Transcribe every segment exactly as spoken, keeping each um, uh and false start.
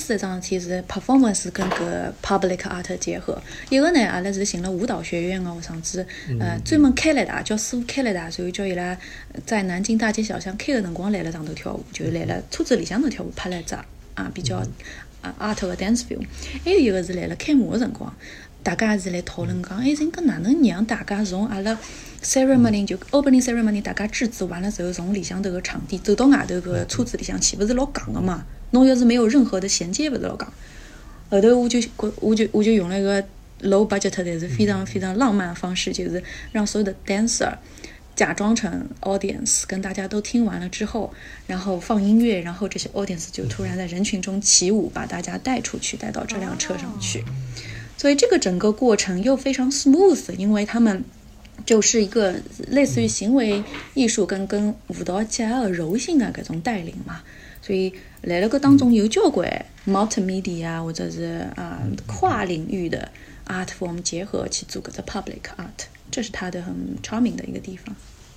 思一桩事体是 performance 跟搿 public art 结合。一个呢，阿拉是寻了舞蹈学院的学生子，呃，专门开了一台叫苏开了一台，然后叫伊拉在南京大街小巷开个辰光来了上头跳舞，就是来了车子里向头跳舞，拍了一只啊比较啊 art 的 dance film。还有一个是来了开幕的辰光，大家是来讨论讲，哎，这个哪能让大家从阿拉 ceremony 就 opening ceremony 大家致辞完了之后，从里向头个场地走到外头个车子里向去，不是老戆的嘛？侬要是没有任何的衔接，不是老戆。后头我就我就我就用了一个 low budget 但是非常非常浪漫的方式，就是让所有的 dancer 假装成 audience， 跟大家都听完了之后，然后放音乐，然后这些 audience 就突然在人群中起舞，把大家带出去，带到这辆车上去。所以这个整个过程又非常 smooth， 因为他们就是一个类似于行为艺术跟跟舞蹈结合柔性的搿种带领嘛。所以来了个当中有交关 multimedia 或者是啊、呃、跨领域的 art form 结合去做搿只 public art， 这是它的很 charming 的一个地方。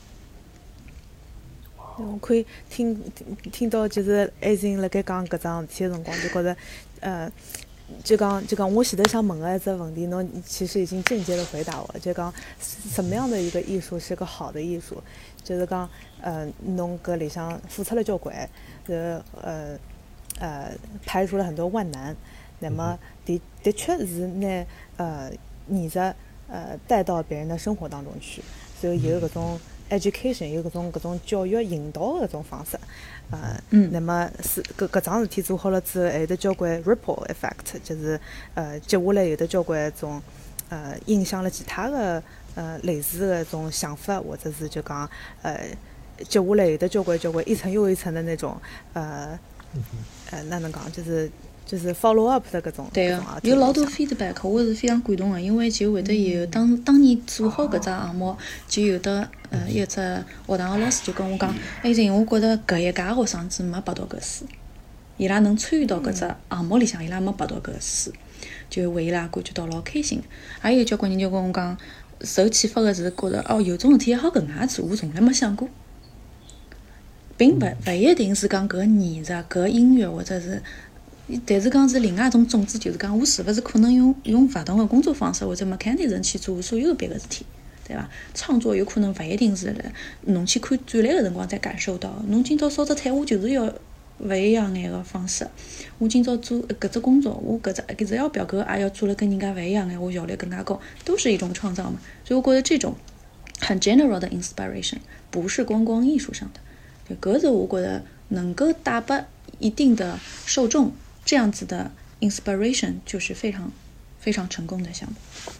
我可以听听到就是艾欣辣盖讲搿桩事体的辰光，就觉得呃。就讲就讲，我前头想问的一只问题，侬其实已经间接的回答我。就讲什么样的一个艺术是个好的艺术？就是讲，呃，侬搿里向付出了交关，呃呃呃，排除了很多万难。那么的的确是拿呃艺术呃带到别人的生活当中去，所以有搿种 education， 有搿种搿种教育引导的搿种方式。呃，嗯，那么是搿搿桩事体做好了之后，还有得交关 ripple effect， 就是呃接下来有得交关种呃影响了其他的呃类似的种想法，或者是就讲呃接下来有得交关交关一层又一层的那种呃呃哪能讲，就是就是 follow up 的搿种。 对个、啊，有老多 feedback， 我是非常感动的，因为就会得有当当年做好搿只项目，就有的呃一只学堂的老师就跟我讲，哎静，我觉得搿一届学生子没拔到搿书，伊拉能参与到搿只项目里向，伊拉没拔到搿书，就为伊拉感觉到老开心。还有交关人就跟我讲，受启发的是觉得哦，有种事体还好搿能样做，我从来没想过。并不勿一定是讲搿艺术、搿音乐或者是。但是讲是另外一种种子，就是讲我是不是可能用用勿同的工作方式或者 mechanism 去做所有别的事体，对伐？创作有可能勿一定是侬去看展览的辰光才感受到，侬今朝烧只菜，我就是要勿一样眼个方式。我今朝做搿只工作，我搿只搿只要表格也要做了跟人家勿一样眼，我效率更加高，都是一种创造嘛。所以我觉得这种很 general 的 inspiration 不是光光艺术上的，对，搿是我觉得能够带拨一定的受众。这样子的 inspiration 就是非常非常成功的项目，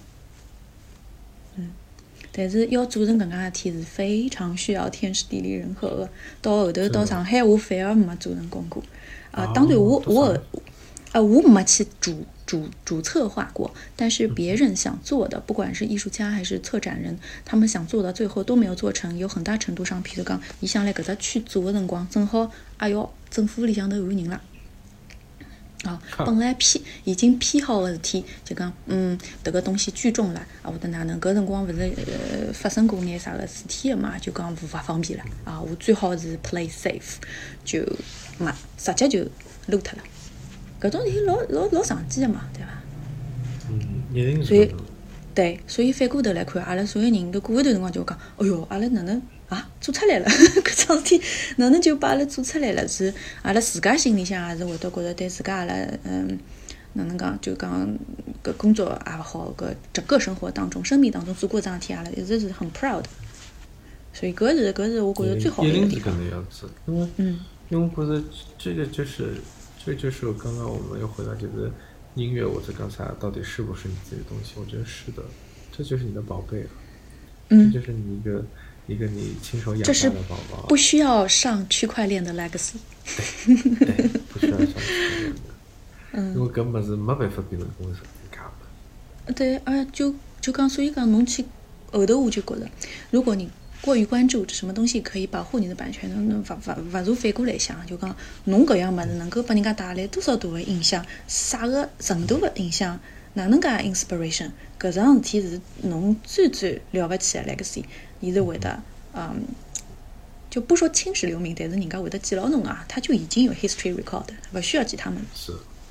嗯，但是要做成搿样事体是非常需要天时地利人和的。到后头到上海，我反而没做成功过。啊、呃，当然我我呃我没去主主主策划过，但是别人想做的，不管是艺术家还是策展人，他们想做到最后都没有做成，有很大程度上，譬如讲，伊想来搿只区做的辰光，正好哎哟，政府里向头换人了。啊、哦，本来批已经批好的事体，就讲嗯，这个东西聚众了啊，或者哪能？搿辰光勿是呃发生过眼啥个事体的嘛，就讲勿方便了啊。我最好是 play safe， 就嘛直接就漏脱了。搿种事体老老老常见的嘛，对伐？ 嗯，一定是。 所以对，所以反过头来看，阿拉所有人都过一段辰光就讲，哎哟，阿拉哪能？啊，做出来了，搿桩事体哪能就把阿拉做出来了？是阿拉自家心里向也是会得觉得对自家阿拉嗯，哪能讲就讲搿工作也好，搿整个生活当中、生命当中做过桩事体，阿拉一直是很 proud。所以搿是搿是我觉得最好的一个地方。 一定是搿能样子，因为嗯，因为我觉得这个就是这就是刚刚我们又回到就是音乐或者刚才到底是不是你自己的东西？我觉得是的，这就是你的宝贝了，嗯，这就是你一个。一个你亲手养大的宝宝， 不需要上区块链的 legacy。 对，对，不需要上区块链的，嗯，因为搿物事没办法变成公司自家的。对，啊，就就讲，所以讲，侬去后头我就觉得，如果你过于关注什么东西可以保护你的版权，侬勿勿勿如反过来想，就讲侬搿样物事能够拨人家带来多少大的影响，啥个程度的影响，哪能介 inspiration， 搿桩事体是侬最最了不起的 legacy。伊是会得，嗯，就不说青史留名，但是人家会得记牢侬啊，他就已经有 history record， 不需要记他们。 是，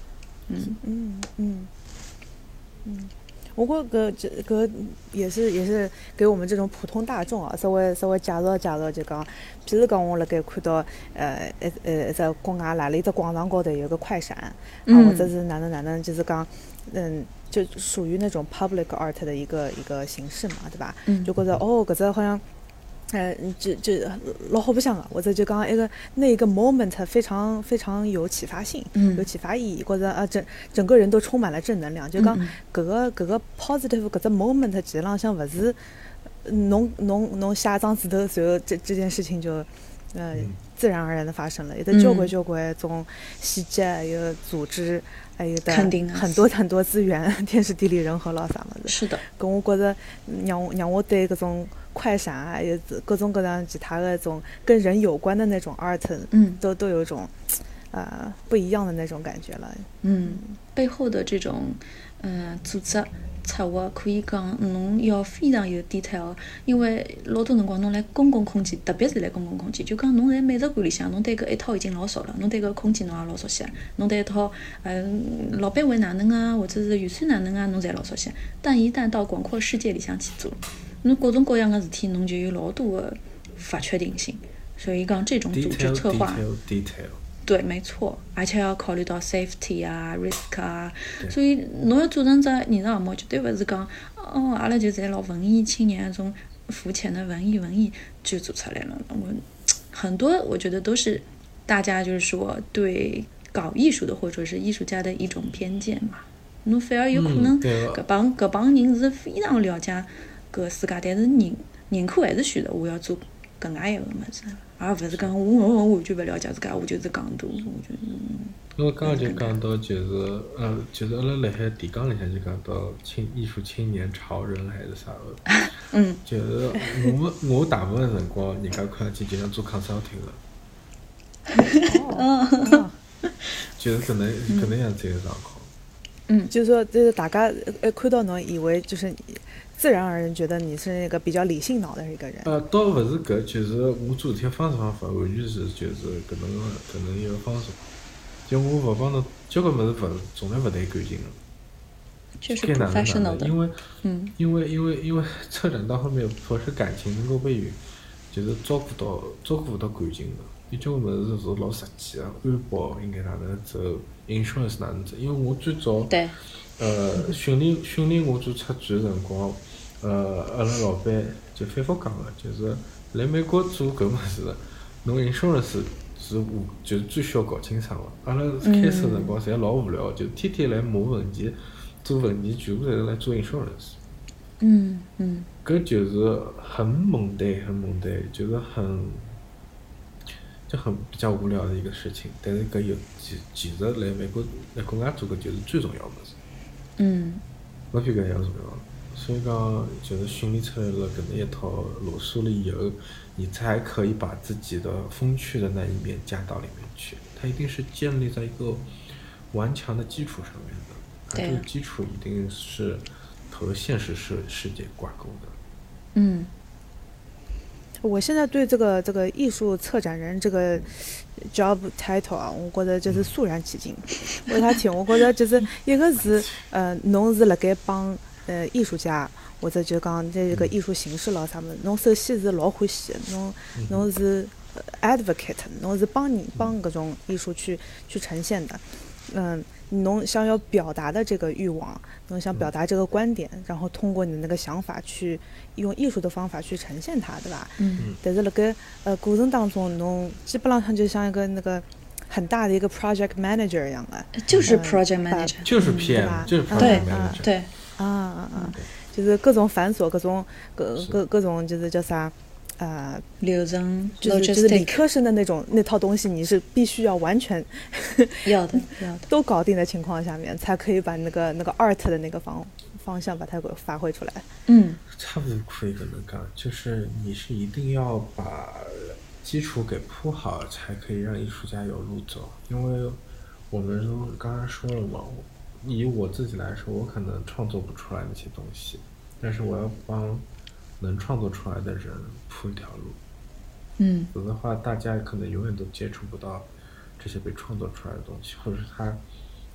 嗯嗯嗯嗯。我觉搿这搿也是也是给我们这种普通大众啊，稍微稍微介绍介绍，就讲，譬如讲我辣盖看到呃一呃一只国外哪里一只广场高头有个快闪，啊或者是哪能哪能，就是讲嗯就属于那种 public art 的一个一个形式嘛，对吧？就觉着哦搿只好像。呃，就就老好白相个，或者就讲一个那一个 moment 非常非常有启发性， 嗯、 有启发意义，或者啊整整个人都充满了正能量。就讲搿个搿个 positive 搿只 moment 其实浪向勿是侬侬侬写张纸头，随后这这件事情就呃、嗯、自然而然的发生了，有的交关交关种细节，还有组织。还有的很多很多资源，天时地利人和咯啥么子。 是的。 跟我觉着让我让我对搿种快闪啊，还有各种各样其他的种跟人有关的那种 art， 嗯， 都都有一种呃不一样的那种感觉了。 嗯，背后的这种嗯、呃、组织。策划可以讲，侬要非常有 detail， 因为老多辰光侬来公共空间，特别是来公共空间，就讲侬在美术馆里向，侬对搿一套已经老熟了，侬对搿空间侬也老熟悉，侬对一套呃老板位哪能啊，或者是预算哪能啊，侬侪老熟悉。但一旦到广阔世界里向去做，侬各种各样的事体，侬就有老多的不确定性。所以讲这种组织策划。 detail, detail, detail。 对，没错，而且要考虑到 safety 啊 risk 啊，所以侬要做成只艺术项目，绝对勿是讲哦，阿拉就在老文艺青年那种肤浅的文艺文艺就做出来了。我很多我觉得都是大家就是说对搞艺术的或者是艺术家的一种偏见嘛。侬反而有可能搿帮搿帮人是非常了解搿世界，但是人人口还是选择我要做搿样一个物事。而不是讲我我完全不了解自家，我就是讲多，我就嗯。 因为刚刚就讲到，就是呃，就是阿拉辣海提纲里向就讲到青艺术青年潮人还是啥个， 嗯， 就是我我大部分辰光，人家看上去就像做 consulting 了，哦， 就是可能可能样子一个状况。 嗯，就是说，就是大家呃看到侬以为就是。自然而然觉得你是那个比较理性脑的一个人。 呃，倒勿是搿，就是我做事体方式方法完全是就是搿能个搿能一个方式。就我勿帮侬交关物事勿从来勿谈感情个。 就是 professional 的。 因为， 嗯， 因为因为因为策展到后面不是感情能够被就是照顾到照顾到感情的。有交关物事是老实际个，安保应该哪能走 ，insurance 哪能走。因为我最早对， 呃训练训练我做策展辰光。呃，阿拉老板就反复讲个，就是来美国做搿物事，侬 insurance 是无就是最需要搞清爽个。阿拉开始辰光侪老无聊，就天天来摸文件，做文件全部侪是来做 insurance。 嗯嗯。 搿就是很猛的，很猛的，就是很就很比较无聊的一个事情。但是搿有其其实来美国来国外做搿就是最重要物事。 嗯。 勿比搿还要重要。所以讲，就是训练出来了搿能一套路数了以后，你才可以把自己的风趣的那一面加到里面去。它一定是建立在一个顽强的基础上面的，而这个基础一定是和现实世世界挂钩的。 嗯， 我现在对这个这个艺术策展人这个 job title 啊，我觉得就是肃然起敬。为啥体？我觉得就是一个是呃，侬是辣盖帮。呃，艺术家或者就讲这个艺术形式咯啥么，侬首先是老欢喜，侬侬是 advocate， 侬是帮你帮搿种艺术去去呈现的，嗯，侬想要表达的这个欲望，侬想表达这个观点，然后通过你那个想法去用艺术的方法去呈现它，对吧？ 嗯。 但是辣盖呃过程当中，侬基本上就像一个那个。很大的一个 project manager 一样的， 就是 project manager，、 嗯、就是 P M，、嗯、就是 project manager， 对啊啊啊，就是各种繁琐，各种各各各种就是叫啥，呃， 流程， 就是就是理科生的那种那套东西，你是必须要完全要的要的都搞定的情况下面，才可以把那个那个 art 的那个方方向把它给发挥出来。 嗯， 差不多可以这么讲，就是你是一定要把。基础给铺好，才可以让艺术家有路走。因为我们都刚刚说了嘛，以我自己来说，我可能创作不出来那些东西，但是我要帮能创作出来的人铺一条路。 嗯， 否则的话，大家可能永远都接触不到这些被创作出来的东西，或者是他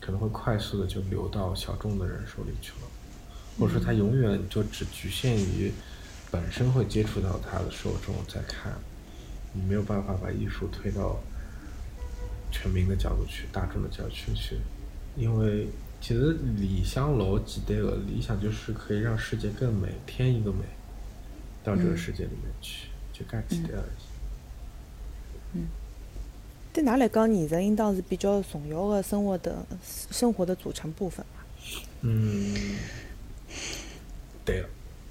可能会快速的就流到小众的人手里去了，或者说它永远就只局限于本身会接触到它的受众在看，你没有办法把艺术推到全民的角度去，大众的角度去，因为其实理想老简单的，理想就是可以让世界更美，添一个美到这个世界里面去，嗯、就介简单而已。 嗯。 对㑚来讲，艺术应当是比较重要的生活的生活的组成部分吧？ 嗯，对了。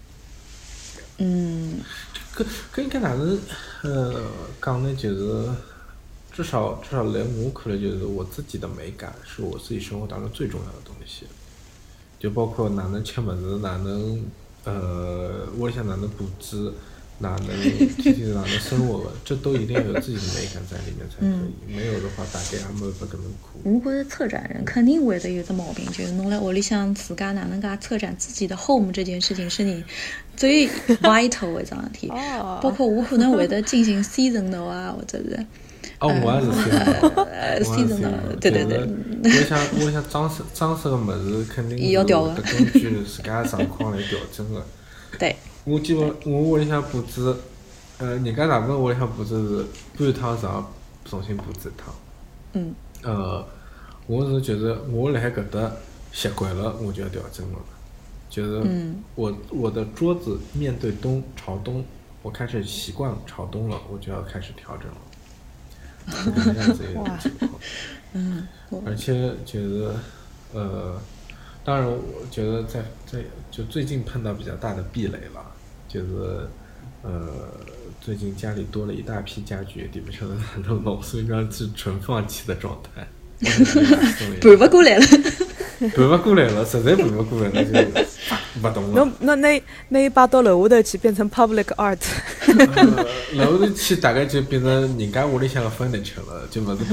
嗯， 搿搿应该哪能呃讲呢？就是至少至少来我看来，就是我自己的美感是我自己生活当中最重要的东西，就包括哪能吃物事，哪能呃屋里向哪能布置。哪能天天哪能生活的，这都一定要有自己的美感在里面才可以。嗯、没有的话，大概也没法搿能过。 我觉着策展人肯定会得有只毛病，就是侬辣屋里向自家哪能介策展自己的 home 这件事情是你最 vital 的一桩事体。 哦。 包括我可能会得进行 seasonal 啊，或者是。 哦，我也是 seasonal。seasonal， 对对对。 我想，我想装饰装饰个物事，肯定是得根据自家状况来调整的。 对。 我基本我屋里向布置，呃，人家大部分屋里向布置是搬一趟床重新布置一趟。 嗯。 呃，我是觉得我辣海搿搭习惯了，我就要调整了。就是我、嗯、我的桌子面对东朝东，我开始习惯朝东了，我就要开始调整了。这样子一个情况。 嗯。 而且觉得，呃，当然，我觉得在在就最近碰到比较大的壁垒了。就是，呃，最近家里多了一大批家具，底不晓得哪能弄，所以讲是纯放弃的状态。 搬不过来了， 搬不过来了，实在搬不过来了，就不动了。 侬那那那一把到楼下头去变成 public art。 呃、楼下头去大概就变成人家屋里向的 furniture 了，就不是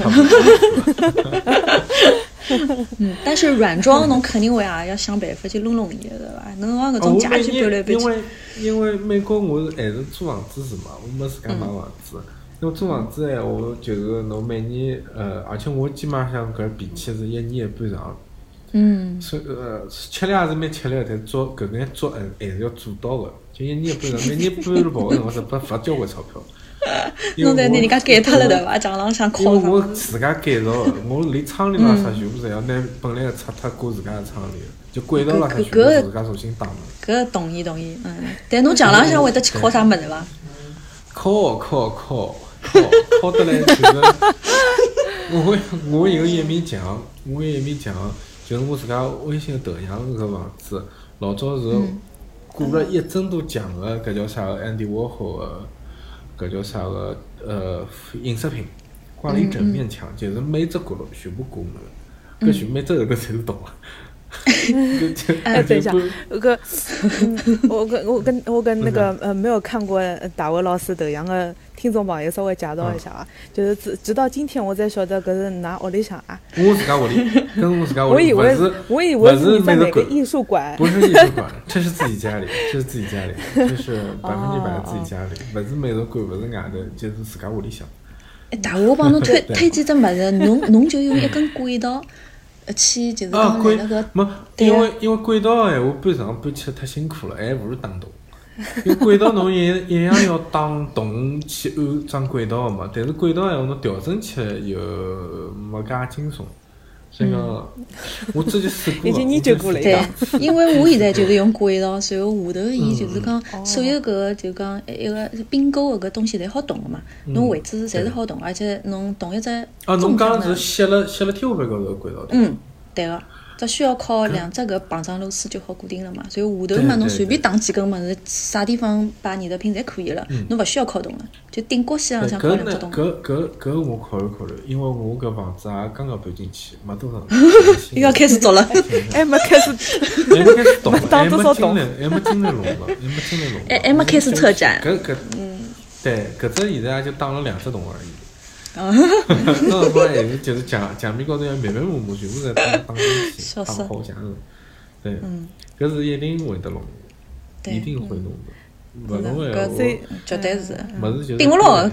public art。 嗯，但是软装侬肯定会啊，要想办法去弄弄伊，对伐？侬往搿种家具搬来搬去。 因为因为美国我是还是租房子是嘛，我没自家买房子。因为租房子闲话，就是侬每年呃，而且我基本上搿脾气是一年一半上。 嗯。 所以呃，吃力也是蛮吃力的，但做搿眼做还还是要做到的。就一年一半上，每年搬了跑个辰光是不罚交关钞票。 侬在拿人家改脱了对伐？墙浪向敲上。因为我自家改造的，我连窗帘啦啥全部侪要拿本来个拆脱过自家个窗帘，就轨道啦啥全部自家重新打的。 搿同意同意，嗯。但侬墙浪向会得去敲啥物事伐？ 敲敲敲敲敲得来就是我我有一面墙，我有一面墙，就是我自家微信头像搿房子，老早是挂了一整堵墙个，搿叫啥个 Andy Warhol 个。搿叫啥个呃影视品，挂了一整面墙，嗯、就是每只角落全部挂满，搿全每只后头侪是洞。 哎，等一下，那个，嗯、我跟我跟我跟那个呃没有看过大卫老师头像的听众朋友稍微介绍一下啊，嗯、就是直直到今天我才晓得搿是㑚屋里向啊。 我自家屋里，跟我自家屋里。 我以为是，我以为是你在哪个艺术馆？ 不是艺术馆，这是自己家里，这是自己家里，这是百分之百自己家里，不是美术馆，不是外头，就是自家屋里向。 哎，大我帮侬推推荐只物事，侬侬就用一根轨道。呃，去就是讲来那个， 没，因为因为轨道闲话搬上搬起来太辛苦了，还不如打洞。因为轨道侬一一样要打洞去安装轨道嘛，但是轨道闲话侬调整起来又没介轻松。所以讲，我之前试过， 已经研究过了。 对，因为我现在就是用轨道，然后下头伊就是讲所有搿就讲一个并购的搿东西侪好动个嘛，侬位置侪是好动，而且侬动一只。 啊，侬讲是吸了吸了天花板高头个轨道。 嗯，对个。只需要靠两只搿绑上螺丝就好固定了嘛，所以下头嘛侬随便打几根物事，啥地方摆粘的品侪可以了，侬勿需要靠动了，就顶角线浪向靠两只洞。 搿搿搿我考虑考虑，因为我搿房子也刚刚搬进去，没多少。 又要开始做了， 还没开始， 还没开始动， 还没进来，还没进来弄了，还没进来弄。 还还没开始策展。 搿搿嗯，对，搿只现在也就打了两只洞而已。那辰光还是就是墙墙面高头要密密麻麻，全部在打打进去，打好墙头。对，搿是一定会得弄，一定会弄的。勿弄闲话， 绝对是。 物事就是顶勿牢搿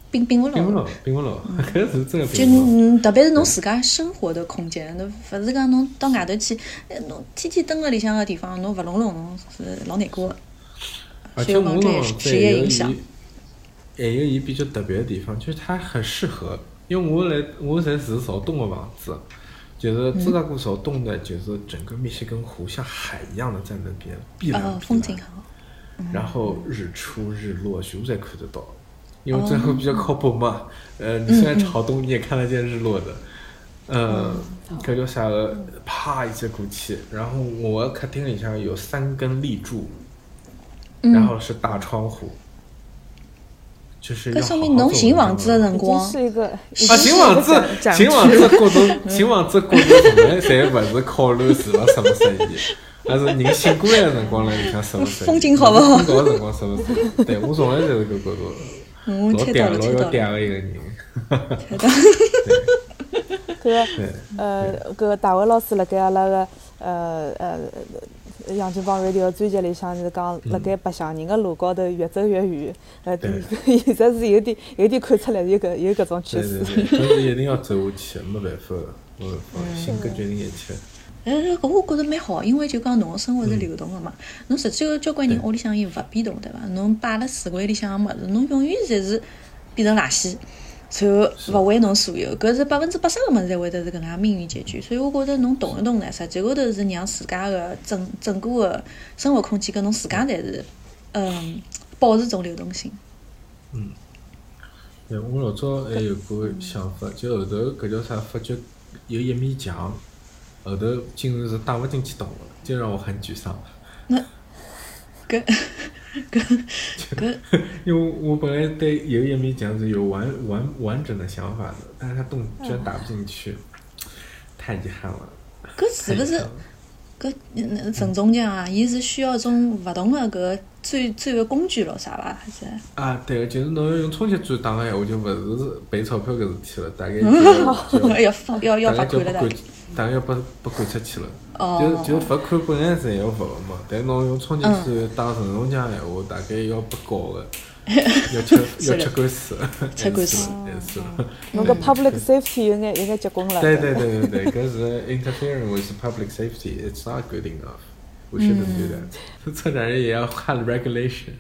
并并勿并勿牢。 牢，并勿牢，搿是真个就并勿牢。 嗯，特别是侬自家生活的空间，侬勿是讲侬到外头去，呃侬天天蹲辣里向个地方，侬勿弄弄，侬是老难过的。 而且乌龙所以讲这也是职业影响。 还有伊比较特别的地方，就是它很适合，因为我来我在住朝东的房子，就是芝加哥朝东的，就是整个密西根湖像海一样的在那边，碧蓝碧蓝， 哦，风景好。 然后日出日落全部侪看得到，因为最后比较靠北嘛，呃，你虽然朝东你也看得见日落的，呃，搿叫啥个？啪一接过去，然后我客厅里向有三根立柱，然后是大窗户。就是搿说明侬寻房子的辰已经光， 是一个啊，寻房子，寻房子角度，寻房子角度从来侪勿是考虑是勿适勿适意，而是人醒过来的辰光来里向适勿适意， 风景好不好困觉的辰光适勿适意。对，我从来就是搿角度， 嗯， 老嗲老猜到了，猜到了， 要嗲个一个人。 猜到了。 搿个呃，搿个大卫老师辣盖阿拉个呃呃杨金帮 radio 专辑里向是讲，辣盖白相人个路高头越走越远，呃，现在是有点有点看出来有搿有搿种趋对势。 对对，搿是一定要走下去，没办法个，没办法，性格决定一切。 呃，搿我觉着蛮好，因为就讲侬个生活是流动个嘛，侬实际有交关人屋里向伊勿变动，对伐？侬摆辣橱柜里向个物事，侬永远侪是变成垃圾。然后勿为侬所有，搿是百分之八十个物事侪会得是搿能样命运结局。所以我觉着侬动一动呢，实际高头是让自家个整整个个生活空间跟侬自家侪是，嗯，保持种流动性。 嗯，对，我老早还有个想法，就后头搿叫啥，发觉有一面墙，后头竟然是打勿进去洞了，就让我很沮丧。 那搿搿搿， 因为我本来对有一面墙是有完完完整的想法的，但是它洞居然打不进去，太遗憾了。 搿是勿是搿嗯承重墙啊？伊是需要种勿同的搿钻钻个工具咯，啥伐？还是？ 啊，对，就是侬要用冲击钻打个闲话，就勿是赔钞票搿事体了，大概就就要罚要要罚大概就款了的。 不管，大概要拨拨赶出去了。 哦就就罚款本来是要罚个嘛，但侬用冲击钻打承重墙闲话，大概要拨告个，要吃要吃官司， 吃官司还是。 侬搿 public safety 有眼有眼结棍了。 对对对对对，搿是 interfering with public safety. It's not good enough. We shouldn't do that. 策展人也要看 regulation.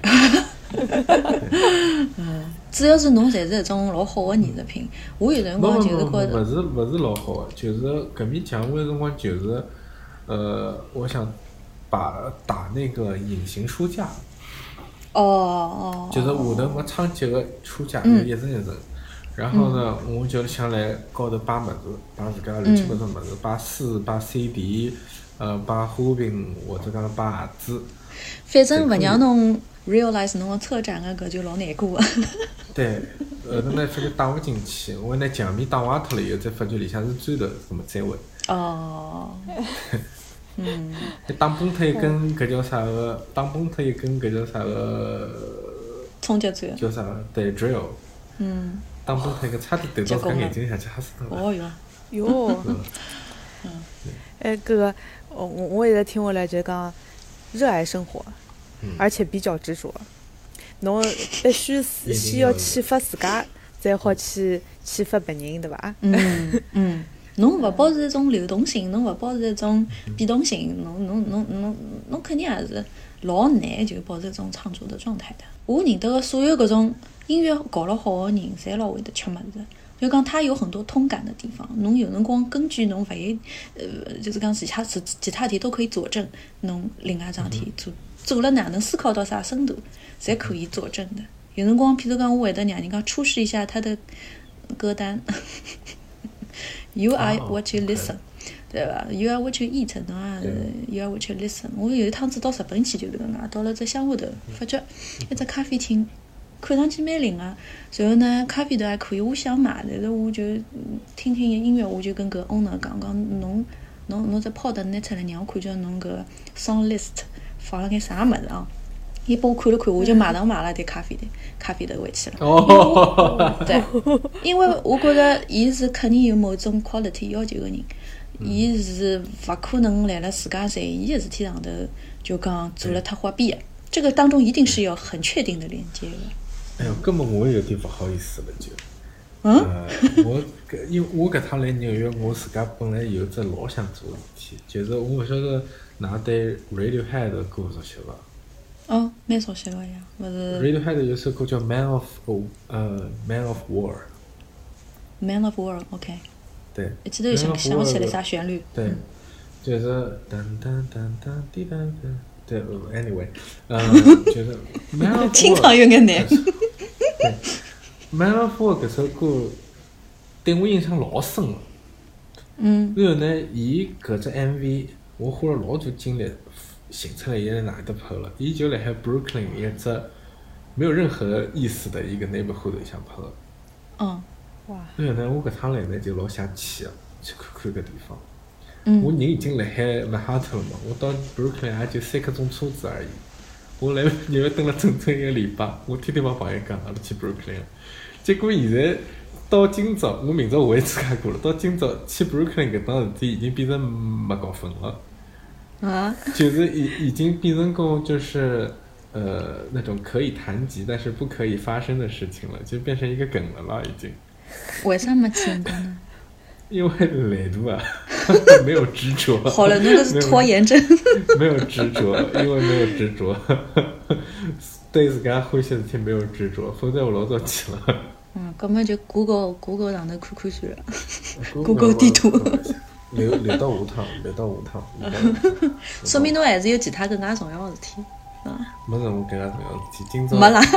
主要是侬侪是一种老好个艺术品，我有辰光就是觉勿着， 是勿是老好个，就是搿面墙我有辰光就是，呃，我想把打那个隐形书架， 哦哦， 就是下头没撑起个书架，就一层一层。然后呢，我就想来高头摆物事，摆自家乱七八糟物事，摆书、摆 C D， 呃，摆花瓶或者讲摆鞋子。 反正勿让侬 realize 侬个策展个搿就老难过个。 对，后头呢发觉打勿进去，我拿墙面打坏脱了以后，再发觉里向是砖头，搿么再会。 哦，嗯， 打崩脱一根搿叫啥个？打崩脱一根搿叫啥个？ 冲击钻。 叫啥个？对 drill。 嗯。 打崩脱一个，差点对到自家眼睛里向去，吓死脱了。 哦哟。 哟。嗯。哎，搿个，我我一直听下来就讲，热爱生活，而且比较执着。侬必须先要启发自家，才好去启发别人，对伐？ 嗯嗯。侬勿保持一种流动性，侬勿保持一种变动性，侬侬侬侬侬肯定也是老难就保持一种创作的状态的。我认得个所有搿种音乐搞了好个人，侪老会得吃物事。就讲他有很多通感的地方，侬有辰光根据侬万一呃，就是讲其他其他题都可以佐证，侬另外一张题做做了哪能思考到啥深度，侪可以佐证的。有辰光，譬如讲我会得让人家出示一下他的歌单。You are what you listen， 对伐 ？You are what you eat， 侬啊，You are what you listen。我有一趟子到日本去就是搿能介，到了只乡下头，发觉一只咖啡厅，看上去蛮灵个。然后呢，咖啡豆还可以，我想买，但是我就听听音乐，我就跟搿 owner 讲讲，侬侬侬只 pod 拿出来让我看叫侬搿 song list 放了眼啥物事啊？伊帮我看了看，我就马上买了点咖啡豆，咖啡豆回去了。 哦， 对，因为我觉着伊是肯定有某种 quality 要求个人，伊是勿可能来了自家随意个事体上头就讲做了太花边个，这个当中一定是有很确定的连接的。 哎哟，根本我有点勿好意思了就。 嗯。 呃，我搿因为我搿趟来纽约，我自家本来有只老想做个事体，就是我勿晓得㑚对 Radiohead 的歌熟悉伐？ 哦，蛮熟悉个呀，勿是。 Radiohead 有首歌叫《Man of》呃《Man of War》。 Man of War，OK。 对。 一记头就想想勿起来啥旋律。 对，就是噔噔噔噔滴噔噔。对 ，anyway， 呃，就是 Man of War。 清唱有眼难。 对。Man of War 搿首歌对我印象老深个。 嗯。 然后呢，伊搿只 M V 我花了老多精力寻出来伊辣哪搭拍了。伊就辣海 Brooklyn 一只没有任何意思的一个 neighborhood 里向拍个。 嗯。 哇。 然后呢，我搿趟来呢就老想去个，去看看搿地方。 嗯。 我人已经辣海曼哈顿了嘛，我到 Brooklyn 也就三刻钟车子而已。我来纽约蹲了整整一个礼拜，我天天帮朋友讲阿拉去 Brooklyn。结果现在到今朝，我明朝回芝加哥了。到今朝去 Brooklyn 搿桩事体已经变成没搞分了。 啊。 就是已已经变成个就是呃那种可以谈及但是不可以发生的事情了，就变成一个梗了啦已经。 为啥没去过呢？ 因为懒惰啊，没有执着。 好了，那个是拖延症。 没有执着，因为没有执着，对自家欢喜事体没有执着，否则我老早去了。 嗯，搿么就 Google Google 上头看看算了。Google 地图。 留留到下趟，留到下趟。 说明侬还是有其他更加重要的事体。嗯。 没什么更加重要的事体，今朝。 没啦。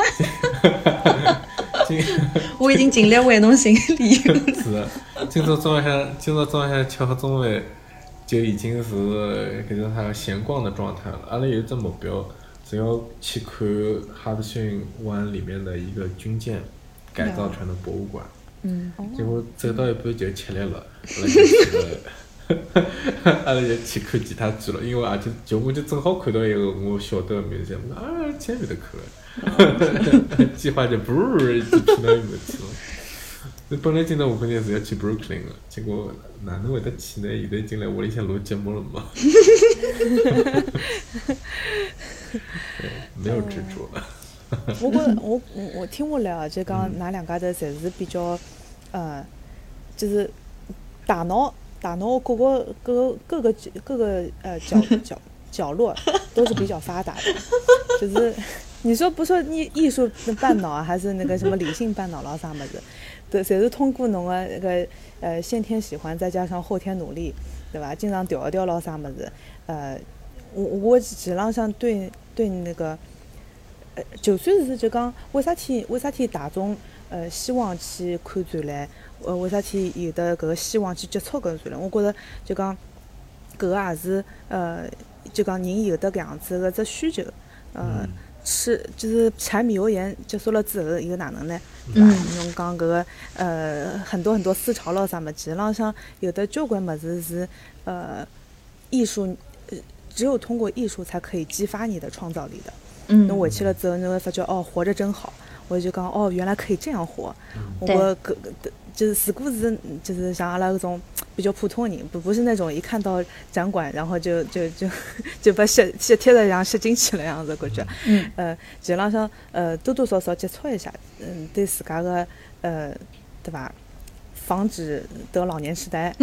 今我已经尽力为侬寻理由。 是的，今朝早上，今朝早上吃好中饭，就已经是搿叫啥闲逛的状态了。阿拉有一只目标，只要去看哈德逊湾里面的一个军舰改造成的博物馆。 嗯。 结果走到一半就吃力了，阿拉就去阿拉就去看其他剧了，因为而且就我就正好看到一个我晓得的名字，我啊去埃面搭看了，计划就不是就去那面去了。本来今朝下半日是要去 Brooklyn 的，结果哪能会得去呢？现在已经来屋里向录节目了嘛。没有执着。 我觉得我我听下来啊，就讲㑚两家头侪是比较，呃，就是大脑大脑各个各个各个各个呃角角角落都是比较发达的，就是你说不说艺艺术半脑啊，还是那个什么理性半脑了啥么子，对，侪是通过侬个那个呃先天喜欢再加上后天努力，对吧？经常调一调了啥么子，呃，我我前浪向对对那个。呃，就算是就讲，为啥体为啥体大众呃希望去看展览，呃为啥体有的搿个希望去接触搿个展览？我觉着就讲搿个也是呃，就讲人有得搿样子个只需求，呃，吃就是柴米油盐结束了之后又哪能呢？对伐？侬讲搿个呃很多很多思潮咯啥么，其实浪向有的交关物事是呃艺术，呃只有通过艺术才可以激发你的创造力的。 嗯， 侬回去了之后，你会发觉哦，活着真好。我就讲哦，原来可以这样活。我搿搿就是如果是就是像阿拉搿种比较普通的人，不不是那种一看到展馆然后就就就就把吸吸贴的像吸进去了样子感觉。 嗯。 呃，基本浪向呃多多少少接触一下，嗯，对自家个呃对伐？防止得老年痴呆，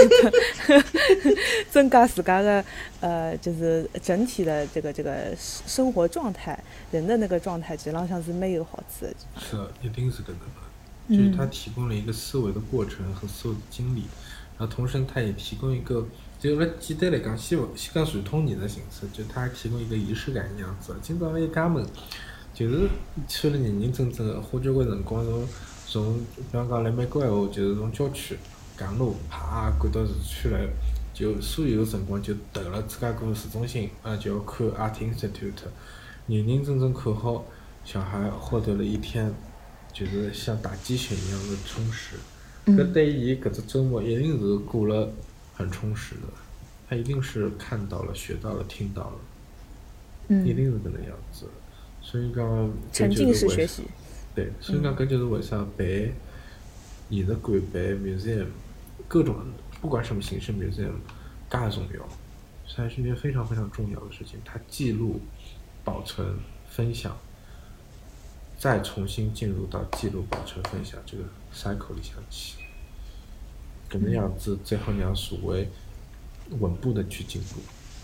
增加自家的呃，就是整体的这个这个生活状态，人的那个状态，实际上像是没有好处的。 是，一定是跟的吧。就是它提供了一个思维的过程和思维的经历，然后同时它也提供一个，就来简单来讲，西方西方传统艺术形式，就它提供一个仪式感一样子。今朝一家门，就是去了认认真真的，花交关辰光从。从比方讲来美国闲话，就是从郊区港路啪赶到市区来，就所有辰光就投了芝加哥市中心啊，就要看 Art Institute， 认认真真看好，小孩获得了一天就是像打鸡血一样的充实。搿、嗯、对伊搿只周末一定是过了很充实的，他一定是看到了、学到了、听到了，嗯，一定是搿能样子。所以讲沉浸式学习。 对，所以讲搿就是为啥办艺术馆、办 museum 各种不管什么形式 museum 介重要，它是一件非常非常重要的事情。它记录、保存、分享， 再重新进入到记录、保存、分享这个 cycle 里向去，搿能样子最好让社会稳步的去进步。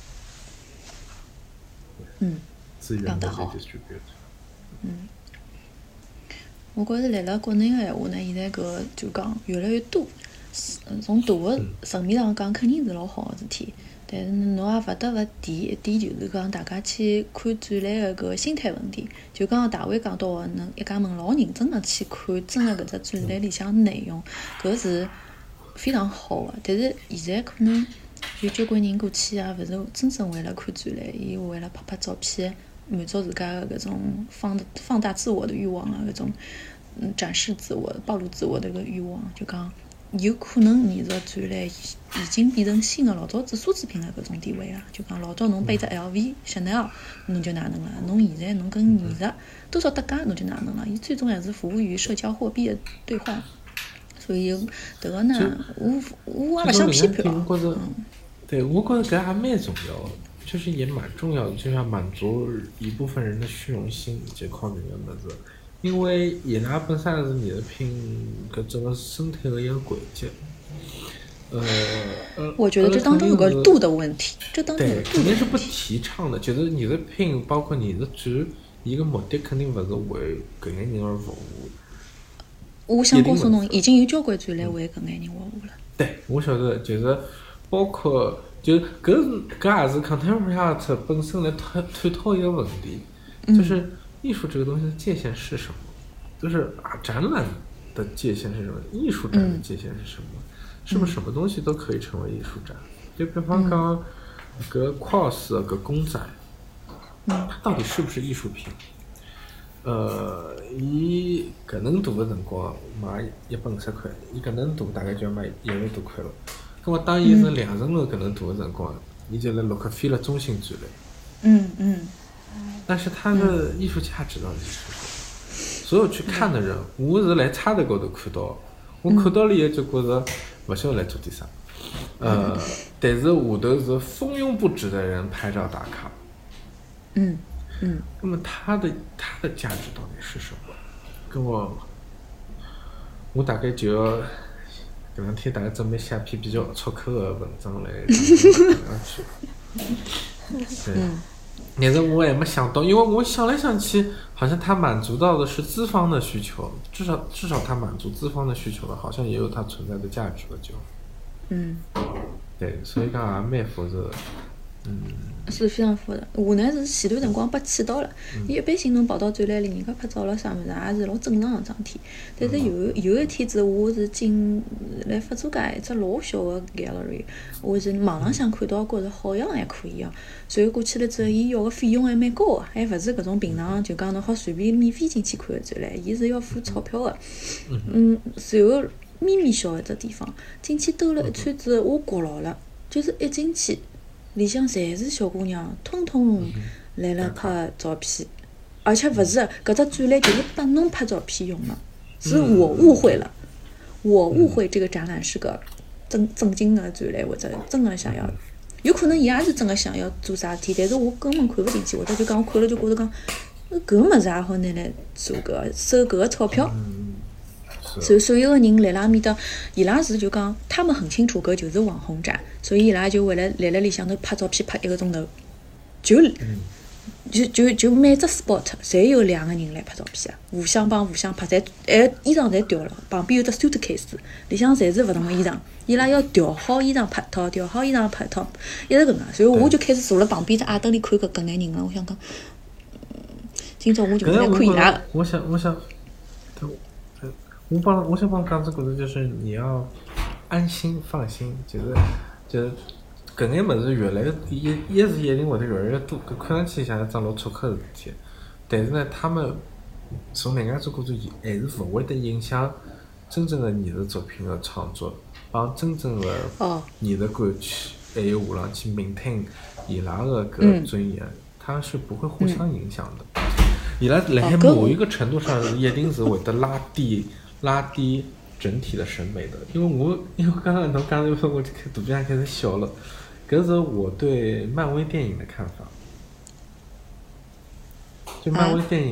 嗯， 资源的 redistribute。 嗯，我觉着辣辣国内个闲话呢，现在搿就讲越来越多。从大个层面上讲，肯定是老好个事体。但是侬也勿得勿提一点，就是讲大家去看展览个搿心态问题。就刚刚大卫讲到个，能一家门老认真个去看真个搿只展览里向内容，搿是非常好个。但是现在可能有交关人过去也勿是真正为了看展览，伊为了拍拍照片，满足自家个搿种放放大自我的欲望啊，搿种嗯展示自我、暴露自我的搿个欲望，就讲。有可能艺术展览已经变成新的老早子奢侈品的搿种地位啊！就讲老早侬背只 L V、香奈儿，侬就哪能了？侬现在侬跟艺术多少搭界，侬就哪能了？伊最终还是服务于社交货币的兑换。所以迭个呢，我我也勿想批判啊。 我觉着，对我觉着搿还蛮重要的，就是也蛮重要的，就像满足一部分人的虚荣心这方面的物事。因为伊拉本身是艺术品搿整个生态的一个轨迹，呃呃， 我觉得这当中有个度的问题，这当中有对肯定是不提倡的。就是艺术品包括艺术展，伊个目的肯定勿是为搿眼人而服务。 我想告诉侬，已经有交关展览为搿眼人服务了。 对，我晓得，就是包括就搿是搿也是 contemporary art 本身来探探讨一个问题，就是。嗯艺术这个东西的界限是什么？就是啊，展览的界限是什么？艺术展的界限是什么？嗯、是不是什么东西都可以成为艺术展？就比方讲，搿 cos 搿公仔， 嗯， 到底是不是艺术品？呃，伊搿能大的辰光卖一百五十块，伊搿能大大概就要卖一万多块了。咁么当伊是两层楼搿能大的辰光，伊就辣洛克菲勒中心展览。 嗯嗯。 但是它的艺术价值到底是什么？所有去看的人，我是来差头高头看到，我看到了以后就觉着勿晓得来做点啥。呃，但是下头是蜂拥不止的人拍照打卡。 嗯嗯。 那么它的它的价值到底是什么？跟我，我大概就要搿两天大概准备写篇比较出口的文章来讲去。对。但是我也没想到，因为我想来想去，好像他满足到的是资方的需求，至少至少他满足资方的需求了，好像也有它存在的价值了就。 嗯。 对，所以讲也蛮复杂的。嗯。 是非常复杂。我呢是前段辰光被气到了，伊、嗯、一般性侬跑到展览里，人家拍照了啥物事也是老正常个桩事体。但是有有一天子，我是进来法租界一只老小个 gallery， 我是网浪向看到，觉着好像还可以啊。随后过去了之后，伊要个费用还蛮高个，还勿是搿种平常就讲侬好随便免费进去看个展览，伊是要付钞票个。嗯，随后咪咪小一只地方，进去兜了一圈子，我觉牢了，就是一进去。里向侪是小姑娘，通通来了拍照片，而且勿是搿只展览就是拨侬拍照片用的，是我误会了，我误会这个展览是个正正经的展览，或者真的想要，有可能伊也是真的想要做啥事体，但是我根本看勿进去，或者就讲我看了就觉得讲，搿物事也好拿来做搿收搿个钞票。所以所有个人来了面搭，伊拉是就讲，他们很清楚搿就是网红展，所以伊拉就为了来辣里向头拍照片拍一个钟头，就就就就每只 spot 侪有两个人来拍照片啊，互相帮互相拍，侪哎衣裳侪调了，旁边有只 suitcase， 里向侪是勿同个衣裳，伊拉要调好衣裳拍套，调好衣裳拍套，一直搿能，所以我就开始坐辣旁边只矮凳里看搿搿眼人了，我想讲，嗯，今朝我就来看伊拉个。 我想，我想。我帮我想帮讲这个就是你要安心放心，就是就是搿眼物事越来越一一是一定会得越来越多，搿看上去像一桩老出口的事体，但是呢，他们从另外一种角度还是勿会得影响真正的艺术作品的创作，帮真正的艺术馆区还有下浪去聆听伊拉的搿尊严，它是不会互相影响的。伊拉辣海某一个程度上一定是会得拉低。拉低整体的审美的，因为我因为刚刚侬讲的时候，我就开肚皮上开始笑了。搿是我对漫威电影的看法。就漫威电影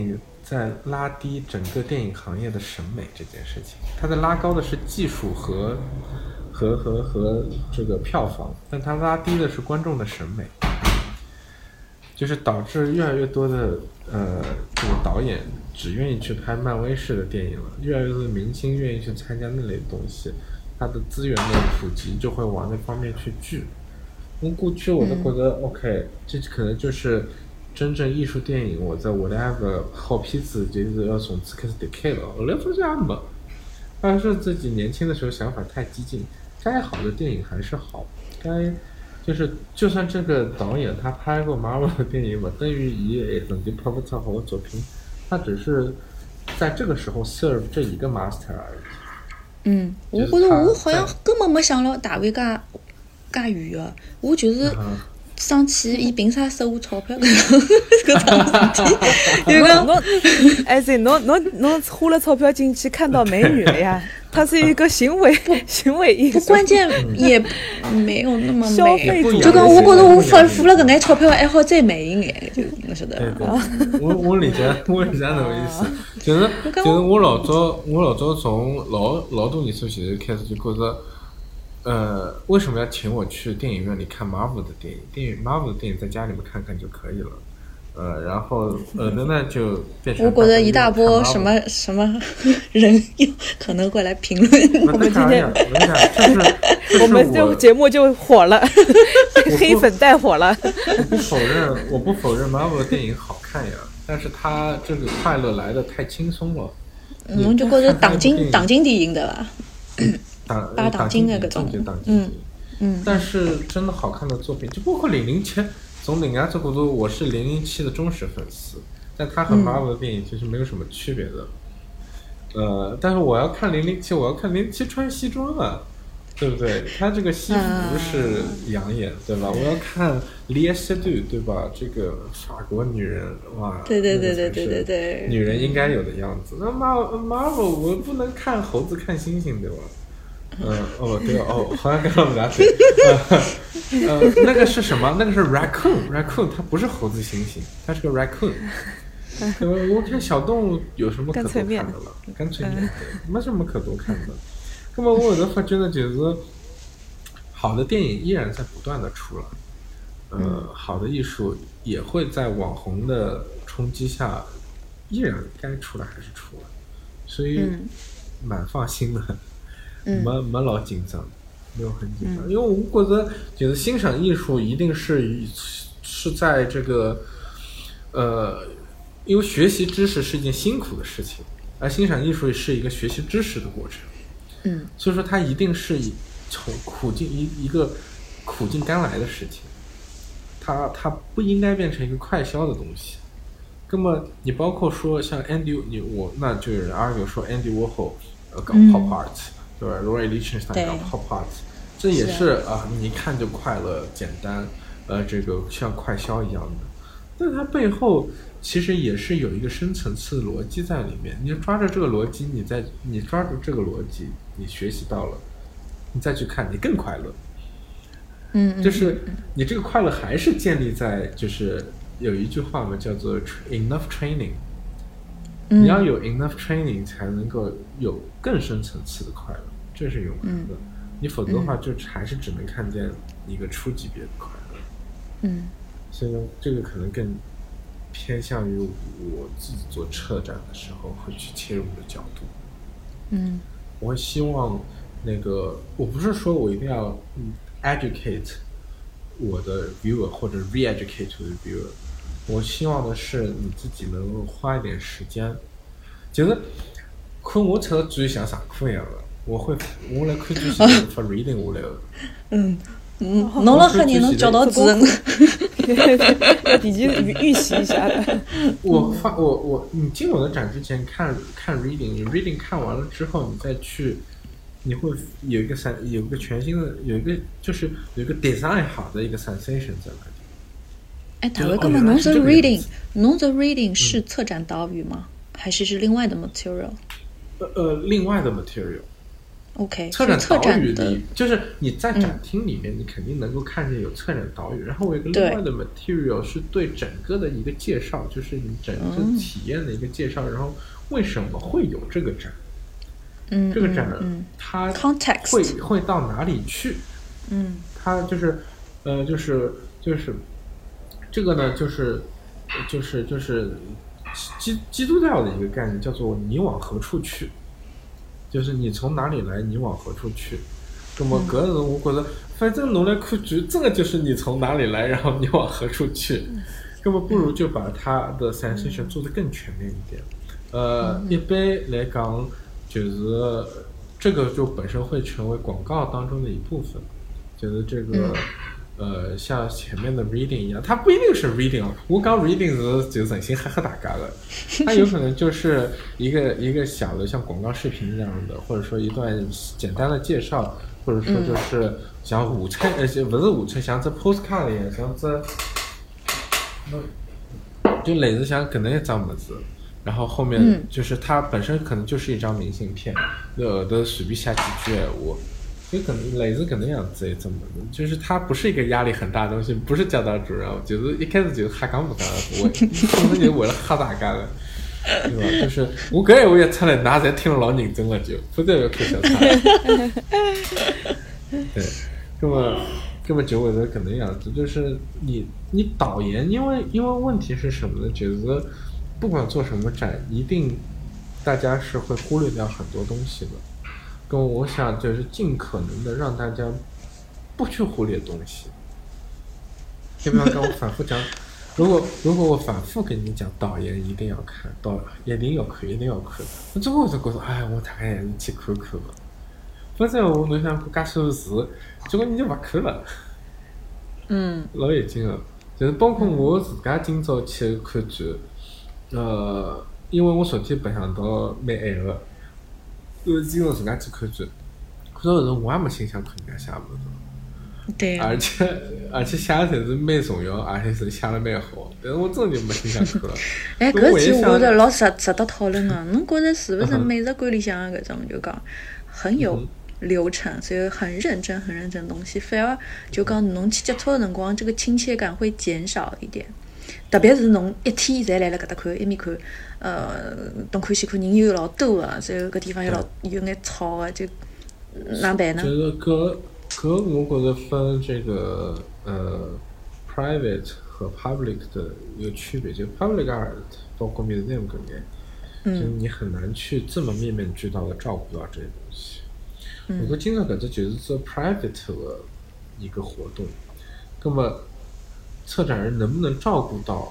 在拉低整个电影行业的审美这件事情，它在拉高的是技术和和和和这个票房，但它拉低的是观众的审美，就是导致越来越多的呃这个导演只愿意去拍漫威式的电影了，越来越多的明星愿意去参加那类的东西，它的资源的普及就会往那方面去聚。我过去我都觉得、嗯、OK， 这可能就是真正艺术电影我在 whatever 好片子就是要从此开始 decay 了，后来发现也没，但是自己年轻的时候想法太激进，该好的电影还是好，该就是就算这个导演他拍过 Marvel 的电影嘛，等于也曾经拍不出好的作品，他只是在这个时候 serve 这一个 master 而已。 嗯，我觉得我好像根本没想到大卫介介远的，我就是生气伊凭啥收我钞票搿桩事体。就讲侬，哎噻，侬侬侬花了钞票进去看到美女了呀？它是一个行为行为艺术， 关键也没有那么美。 就讲我觉得我付付了搿眼钞票，还好再美一眼，就侬晓得。 我我理解，我理解侬个意思，就是就是我老早我老早从老老多年前前开始就觉得。呃，为什么要请我去电影院里看 Marvel 的电影？电影 Marvel 的电影在家里面看看就可以了。呃，然后呃，那就变成我觉得一大波什么什么人可能会来评论。 我们今天，就是我们这个节目就火了，黑粉带火了。 我不否认，我不否认 Marvel 的电影好看呀，但是它这个快乐来得太轻松了。 侬、嗯、就觉得打金打金电影的吧？ 打八打金的搿种， 嗯嗯， 但是真的好看的作品，就包括零零七，从另外角度，我是零零七的忠实粉丝，但它和 Marvel 的电影其实没有什么区别的。嗯、呃，但是我要看零零七，我要看零零七穿西装啊，对不对？他这个西服是养眼，对吧？我要看Léa Seydoux，对吧？这个法国女人，哇， 对对对对对对对， 女人应该有的样子。那 Marvel 我不能看猴子看星星，对吧？嗯、呃，哦，对哦，好像跟他们俩对，呃，呃，那个是什么？那个是 raccoon，raccoon， 它不是猴子猩猩，它是个 raccoon。呃，我看小动物有什么可多看的了？干脆面，没什么可多看的。那么我有的发觉呢，就是好的电影依然在不断的出来，呃，好的艺术也会在网红的冲击下，依然该出来还是出来，所以蛮放心的。没没老紧张，没有很紧张，因为我觉得觉得欣赏艺术一定是是在这个，呃，因为学习知识是一件辛苦的事情，而欣赏艺术是一个学习知识的过程， 嗯， 所以说它一定是从苦尽一一个苦尽甘来的事情，它它不应该变成一个快消的东西。那么你包括说像 Andy， 你我那就有人 argue 说 Andy Warhol 呃搞 pop art。嗯对吧 Roy Lichtenstein 搞 pop art， 这也是啊，你一看就快乐简单，呃，这个像快消一样的，但它背后其实也是有一个深层次的逻辑在里面。你抓着这个逻辑，你再你抓住这个逻辑，你学习到了，你再去看，你更快乐。 嗯， 就是你这个快乐还是建立在就是有一句话嘛，叫做 enough training。你要有 enough training 才能够有更深层次的快乐，这是永恒的。嗯、你否则的话，就还是只能看见一个初级别的快乐。 嗯， 所以呢，这个可能更偏向于我自己做策展的时候会去切入的角度。 嗯， 我会希望那个，我不是说我一定要、嗯、educate 我的 viewer 或者 re-educate 我的 viewer。我希望的是你自己能够花一点时间，就是看我册最像上课一样的，我会我来看最前发 reading 下来的。 嗯嗯，侬老吓人，侬教导主任， 要提前预习一下的。 我发我我你进我的展之前看看 reading， 你 reading 看完了之后，你再去，你会有一个三有一个全新的有一个就是有一个 design 好的一个 sensation 在那里。 哎，大卫，那么侬的 reading， 侬的 reading 是策展导语吗？嗯、还是是另外的 material？ 呃呃，另外的 material。 OK， 策展策导语的里，就是你在展厅里面，嗯、你肯定能够看见有策展导语。然后我有个另外的 material 是对整个的一个介绍，就是你整个体验的一个介绍，嗯、然后为什么会有这个展？ 嗯， 这个展、 嗯、 它 context 会会到哪里去？ 嗯， 它就是呃，就是就是这个呢，就是就是就是基基督教的一个概念，叫做你往何处去。就是你从哪里来，你往何处去。那么个人我觉得，反正侬来看剧，这个就是你从哪里来，然后你往何处去。那么不如就把它的 sensation 做得更全面一点。呃，一般来讲，就是这个就本身会成为广告当中的一部分。就是这个，呃，像前面的 reading 一样，它不一定是 reading 啊。我讲 reading 是就诚心吓吓大家的，它有可能就是一个一个小的像广告视频一样的，或者说一段简单的介绍，或者说就是像午餐，呃，不是午餐，像这 postcard 一样，像这，就类似像搿能一张么子，然后后面就是它本身可能就是一张明信片，有的随便写几句闲话。就可能类似搿能样子一种么子，就是它不是一个压力很大的东西，不是教导主任，就是一开始就是瞎讲不讲的，我可能就是为了吓大家的，对吧？就是我搿闲话一出来，㑚侪听了老认真了，就否则要看小差。对，那么那么就会是搿能样子，就是你你导言，因为因为问题是什么呢？就是不管做什么展，一定大家是会忽略掉很多东西的。跟我想就是尽可能的让大家不去忽略东西。就比方说我反复讲，如果如果我反复跟你讲导言一定要看，导一定要看，一定要看，那最后我就觉得，哎，我大概还是去看看吧。否则我侬想介许多事，结果你就不看了。 嗯， 老有劲了，就是包括我自家今朝去看展，呃，因为我昨天白相到蛮晚个。我今朝自家去看展，看到时候我也没心想看人家写么子， 对， 而且而且写的侪是蛮重要，而且是写了蛮好，但是我真的就没心想看了。 哎，搿事体我觉着老值值得讨论个。侬觉着是不是美术馆里向的搿种就讲很有流程，所以很认真、很认真的东西，反而就讲侬去接触的辰光，这个亲切感会减少一点。特别是侬一天侪来了搿搭看，一面看，呃，东看西看，人又老多个，所以搿地方又老有眼吵个，就哪办呢？ 就是搿搿，我觉着分这个呃 private 和 public 的一个区别，就 public art 包括 museum 搿眼， 嗯， 就你很难去这么面面俱到的照顾到这些东西。 嗯， 我觉今朝搿只就是做 private 的一个活动，那么。策展人能不能照顾到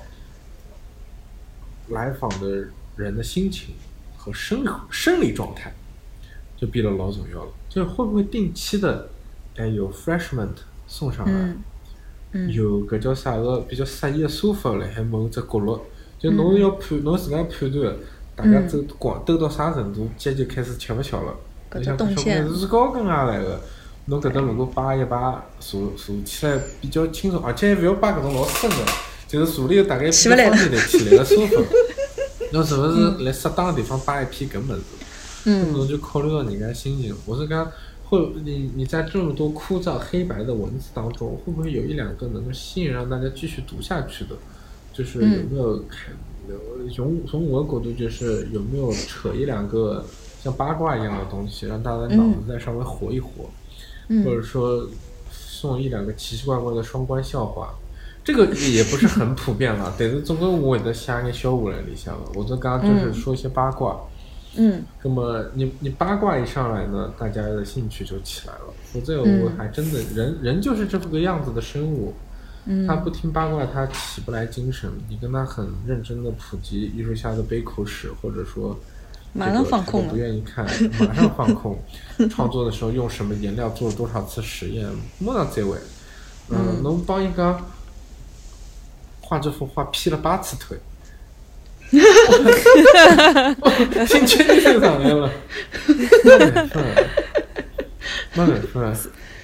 来访的人的心情和生生理状态，就变得老重要了。就是会不会定期的，哎，有 refreshment 送上来， 嗯嗯、 有搿叫啥个比较适宜的沙发辣海某只角落，就侬要判侬自家判断，大家走光兜到啥程度，脚就开始吃勿消了。 搿只动线是高跟下来的。侬搿搭如果摆一摆，坐坐起来比较轻松，而且还勿要摆搿种老深的，就是坐里大概比较方便的起来的沙发。侬是勿是辣适当的地方摆一片搿物事？嗯，侬就考虑到人家心情。我是讲，会你你在这么多枯燥黑白的文字当中，会不会有一两个能够吸引让大家继续读下去的？就是有没有看？从从我的角度，就是有没有扯一两个像八卦一样的东西，让大家脑子再稍微活一活。 嗯、 或者说送一两个奇奇怪怪的双关笑话，这个也不是很普遍了。但是总归我也得写眼笑话来里向了。我这刚刚就是说一些八卦， 嗯， 那么你你八卦一上来呢，大家的兴趣就起来了。否则我还真的、嗯、人人就是这个样子的生物， 嗯， 他不听八卦他起不来精神。你跟他很认真的普及艺术家的悲口史，或者说。 马上放空了， 不愿意看，马上放空。创作的时候用什么颜料做了多少次实验，没那这位。嗯，侬帮一个画这幅画劈了八次腿，兴趣就上来了，没办法，没办法。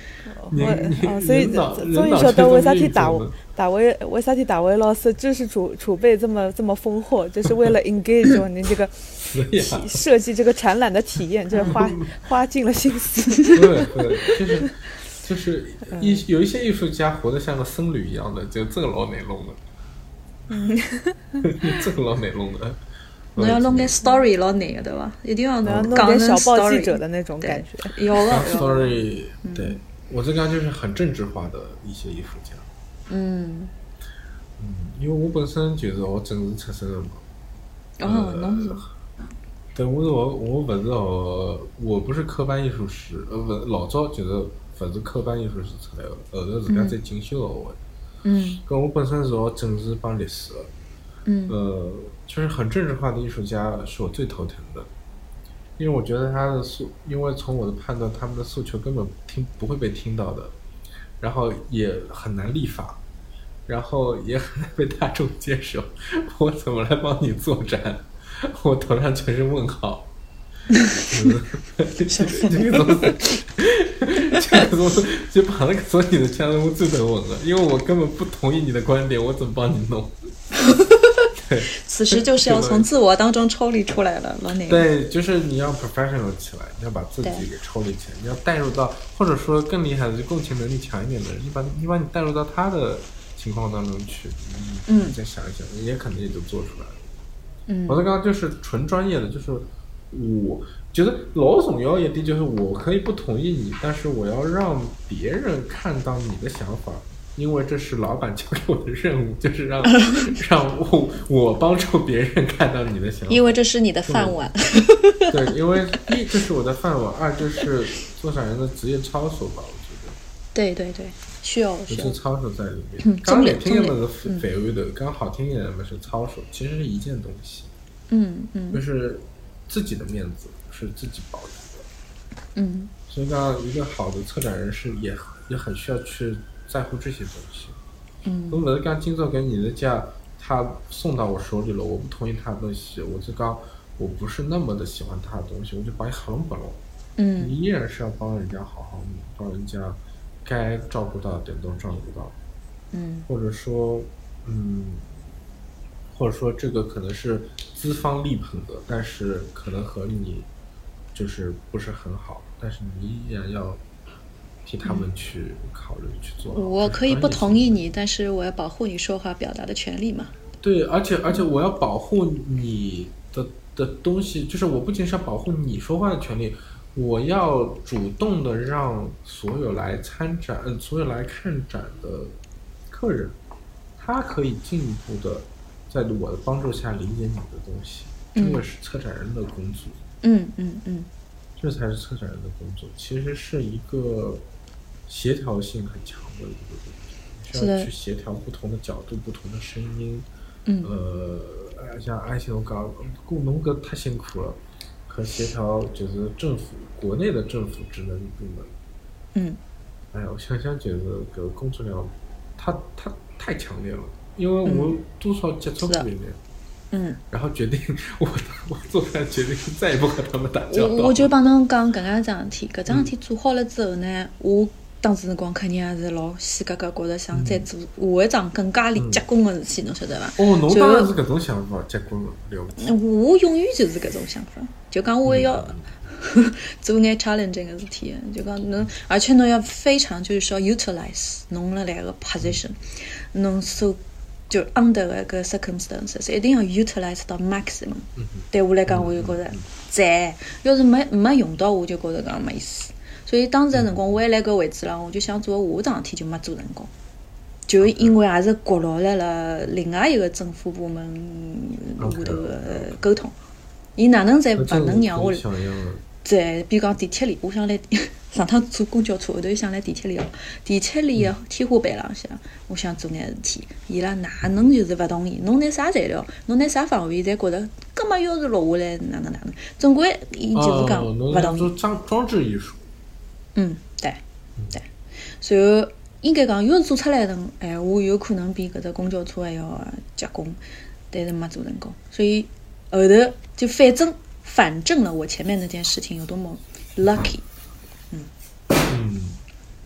哦，所以终于晓得为啥体大大卫为啥体大卫老师知识储储备这么这么丰厚，就是为了 engage 你这个设计这个展览的体验，就是花花尽了心思。 对对，就是就是艺有一些艺术家活得像个僧侣一样的，就这个老内弄的，嗯，这个老内弄的。 侬要弄点 story 老难的对吧？一定要弄点小报记者的那种感觉。有了 story， 对我这刚就是很政治化的一些艺术家。 嗯嗯，因为我本身就是学政治出身的嘛。 哦，侬是？ 对，我是我我不是学，我不是科班艺术史，呃不，老早就是不是科班艺术史出来的，后头自家在进修学的。 嗯。 跟我本身是学政治帮历史的。 嗯。 呃。就是很政治化的艺术家是我最头疼的，因为我觉得他的诉，因为从我的判断，他们的诉求根本听不会被听到的，然后也很难立法，然后也很难被大众接受。我怎么来帮你做展？我头上全是问号。这个东西，这个东西就把那个所有的家人我最头问了，因为我根本不同意你的观点，我怎么帮你弄？ 此时就是要从自我当中抽离出来了，老内。 对，就是你要 professional 起来，你要把自己给抽离起来，你要带入到，或者说更厉害的，就共情能力强一点的人，你把你把你带入到他的情况当中去， 嗯， 你再想一想，也可能也就做出来了。 嗯， 我的刚刚就是纯专业的，就是我觉得老总要一点就是我可以不同意你，但是我要让别人看到你的想法。因为这是老板交给我的任务，就是让让我我帮助别人看到你的想法。 因为这是你的饭碗。 对，因为一这是我的饭碗，二就是做展人的职业操守吧，我觉得。 对对对，需要需要。有操守在里面。 嗯， 刚才听见的是绯闻的，刚好听见的是操守，其实是一件东西。 嗯嗯。 就是自己的面子是自己保住的。 嗯。 所以刚一个好的策展人是也也很需要去。在乎这些东西， 嗯， 我不是刚今朝给你的价，他送到我手里了，我不同意他的东西，我就刚我不是那么的喜欢他的东西，我就把你好弄不了， 嗯， 你依然是要帮人家好好帮人家该照顾到点都照顾到， 嗯， 或者说，嗯，或者说这个可能是资方力捧的，但是可能和你就是不是很好，但是你依然要。替他们去考虑去做。 我可以不同意你，但是我要保护你说话表达的权利嘛。 对，而且而且我要保护你的的东西，就是我不仅是要保护你说话的权利，我要主动的让所有来参展、呃、所有来看展的客人，他可以进一步的在我的帮助下理解你的东西，这个是策展人的工作。 嗯嗯嗯， 这才是策展人的工作，其实是一个。协调性很强的一个东西，需要去协调不同的角度、不同的声音。 嗯， 呃，像安信龙搞工农哥太辛苦了，和协调就是政府国内的政府职能部门。 嗯， 哎呀，我想想觉得这个工作量，它它太强烈了，因为我多少接触过里面。 嗯， 然后决定我我做出来决定再也不和他们打交道。 我我就帮侬讲搿样桩事体，搿桩事体做好了之后呢，我。当时辰光肯定也是老死格格，觉着想再做下一桩更加结棍的事体，侬晓得伐？ 哦，侬当然是搿种想法，结棍了不起。 我永远就是搿种想法，就讲我要做眼 challenging 的事体，就讲侬，而且侬要非常就是说 utilize 侬辣盖个 position， 侬所就 under 个个 circumstances 一定要 utilize 到 maximum。对我来讲，我就觉着赞，要是没没用到，我就觉着讲没意思。所以当时的辰光，我还辣搿位置浪，我就想做下桩事体就没做成功，就因为也是角落来了另外一个政府部门下头的沟通，伊哪能才勿能让我在比如讲地铁里，我想来上趟坐公交车后头又想来地铁里哦，地铁里的天花板浪向，我想做眼事体，伊拉哪能就是勿同意？侬拿啥材料，侬拿啥方位，侪觉着搿么要是落下来哪能哪能？总归伊就是讲勿同意。 做装装置艺术。 嗯，对，对，然后应该讲，要是做出来的哎，我有可能比搿只公交车还要结棍，但是没做成功，所以后头就反正反证了我前面那件事情有多么 lucky。嗯嗯，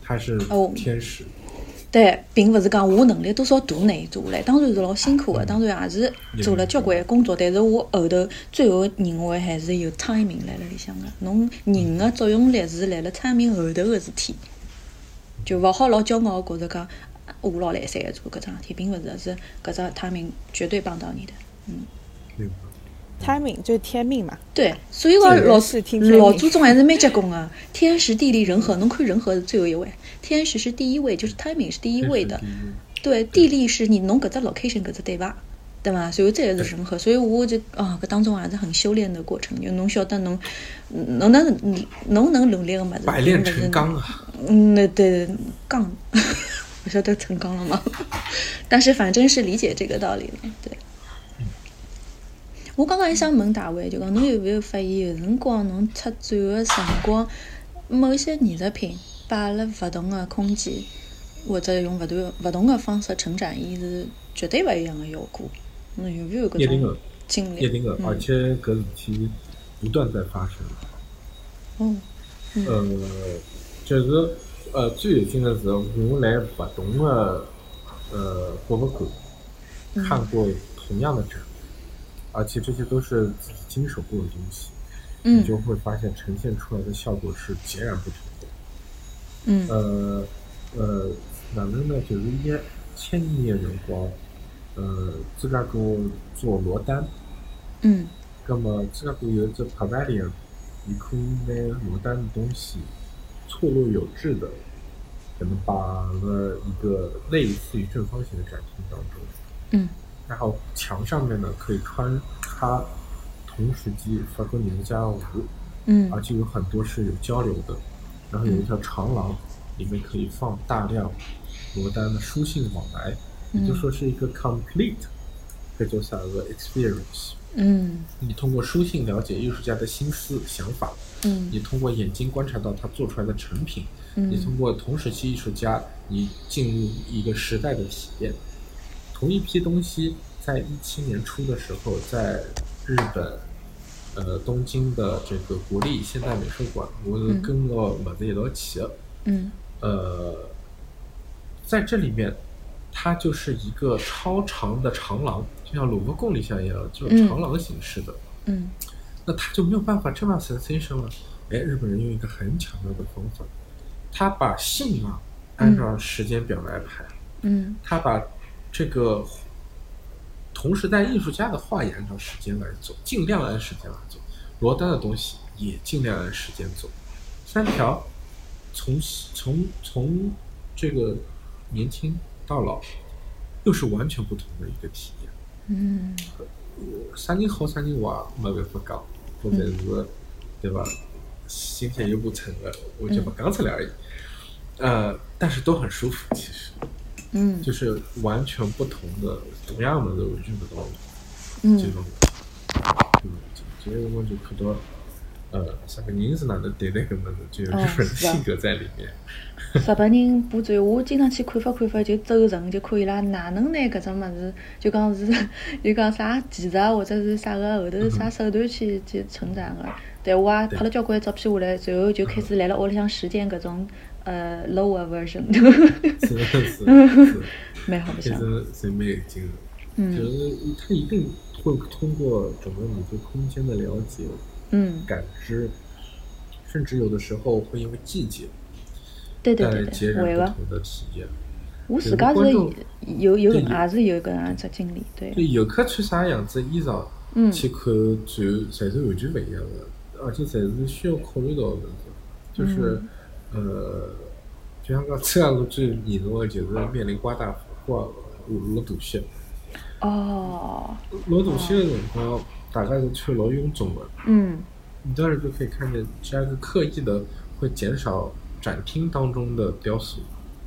他是天使。哦、 对，并不是讲我能力多少大难做来，当然是老辛苦的，当然也是做了交关工作，但是我后头最后认为还是有 timing 来了里向的。侬人的作用力是来了 timing 后头的事体，就勿好老骄傲觉着讲我老来三个做搿桩事体，并不是，是搿只 timing 绝对帮到你的，嗯。 timing 就是天命嘛。 对，所以讲老老祖宗还是蛮结棍的，天时地利人和，侬看人和是最后一位，天时是第一位，就是 timing 是第一位的，对，地利是你侬搿只 location 搿只对伐？对伐？所以这也是人和，所以我就啊搿当中还是很修炼的过程，就侬晓得侬侬能侬能努力个物事， 百炼成钢啊。 嗯，对，钢，我晓得成钢了吗？但是反正是理解这个道理了，对。我刚刚还想问大卫，就讲侬有没有发现，有辰光侬出展的辰光，某一些艺术品摆了勿同的空间，或者用勿同勿同的方式呈展，伊是绝对勿一样的效果。侬有没有搿种经历？ 一定的，而且搿事体不断在发生。 哦。嗯、 呃，就是呃，最有劲的是，我来勿同的呃博物馆看过同样的展。而且这些都是自己经手过的东西， 嗯， 你就会发现呈现出来的效果是截然不同的。 嗯， 呃呃，哪能呢？就是一千年辰光，呃，芝加哥做罗丹， 嗯， 那么芝加哥有一只 pavilion， 你可以拿罗丹的东西错落有致的，可能把了一个类似于正方形的展厅当中， 嗯。 然后墙上面呢可以穿插同时期法国艺术家的舞， 嗯， 而且有很多是有交流的，然后有一条长廊，里面可以放大量罗丹的书信往来， 嗯、 也就说是一个 complete 这叫啥个 experience。 嗯， 你通过书信了解艺术家的心思想法， 嗯， 你通过眼睛观察到他做出来的成品， 嗯， 你通过同时期艺术家，你进入一个时代的体验。同一批东西在一七年初的时候，在日本，呃，东京的这个国立现代美术馆，我是跟个么子一道去的， 嗯， 呃，在这里面，它就是一个超长的长廊，就像卢浮宫里像一样，就是长廊形式的， 嗯， 那它就没有办法这么 sensation 了。哎，日本人用一个很巧妙的方法，他把信啊按照时间表来排， 嗯， 他把这个同时代艺术家的画也按照时间来走，尽量按时间来走。罗丹的东西也尽量按时间走。三条从从从这个年轻到老，又是完全不同的一个体验。 嗯， 啥人好啥人坏没办法讲，或者是、嗯、对吧？心血又不成的，我就不讲出来而已。嗯、呃，但是都很舒服，其实。 嗯， 就是完全不同的同样的都遇不到嗯这种，嗯，这个我就看到，呃，啥个人是哪能对待搿么子，就有日本的性格在里面。 日本人布展，我经常去看法看法，就走神就看伊拉哪能拿搿种物事，就讲是就讲啥技术或者是啥个后头啥手段去去承载个。但我也拍了交关照片下来，随后就开始来了屋里向实践搿种。呃 ，lower version， 是是是， 蛮好的， 其实是蛮有劲的。 嗯， 就是他一定会通过整个你对空间的了解， 嗯， 感知，甚至有的时候会因为季节， 对对对对，截然不同的体验。 我自家是有有也是有搿样只经历，对。 对游客穿啥样子衣裳， 嗯， 去看展，侪是完全不一样的，而且侪是需要考虑到的，就是。嗯呃，就像讲，这样子最严重的就是面临刮大刮落大雪。 哦。 落大雪的辰光，大家是穿老臃肿的。 嗯。 你当时就可以看见，这样一个刻意的会减少展厅当中的雕塑，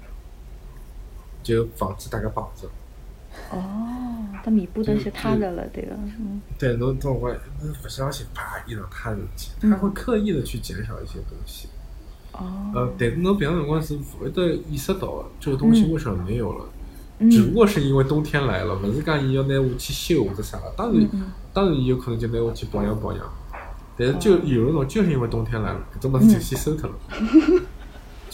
就防止大家绑着。 哦，它弥补这些塌的了，对个。嗯。 对，侬总会不小心啪一场塌进去，他会刻意的去减少一些东西。 哦， 呃，但是侬平常辰光是不会的意识到的，这个东西为什么没有了？ 嗯、 只不过是因为冬天来了，不是讲伊要拿我去修或者啥，当然，嗯、当然有可能就拿我去保养保养。但是就有那种就是因为冬天来了，搿种物事就先收脱了，嗯、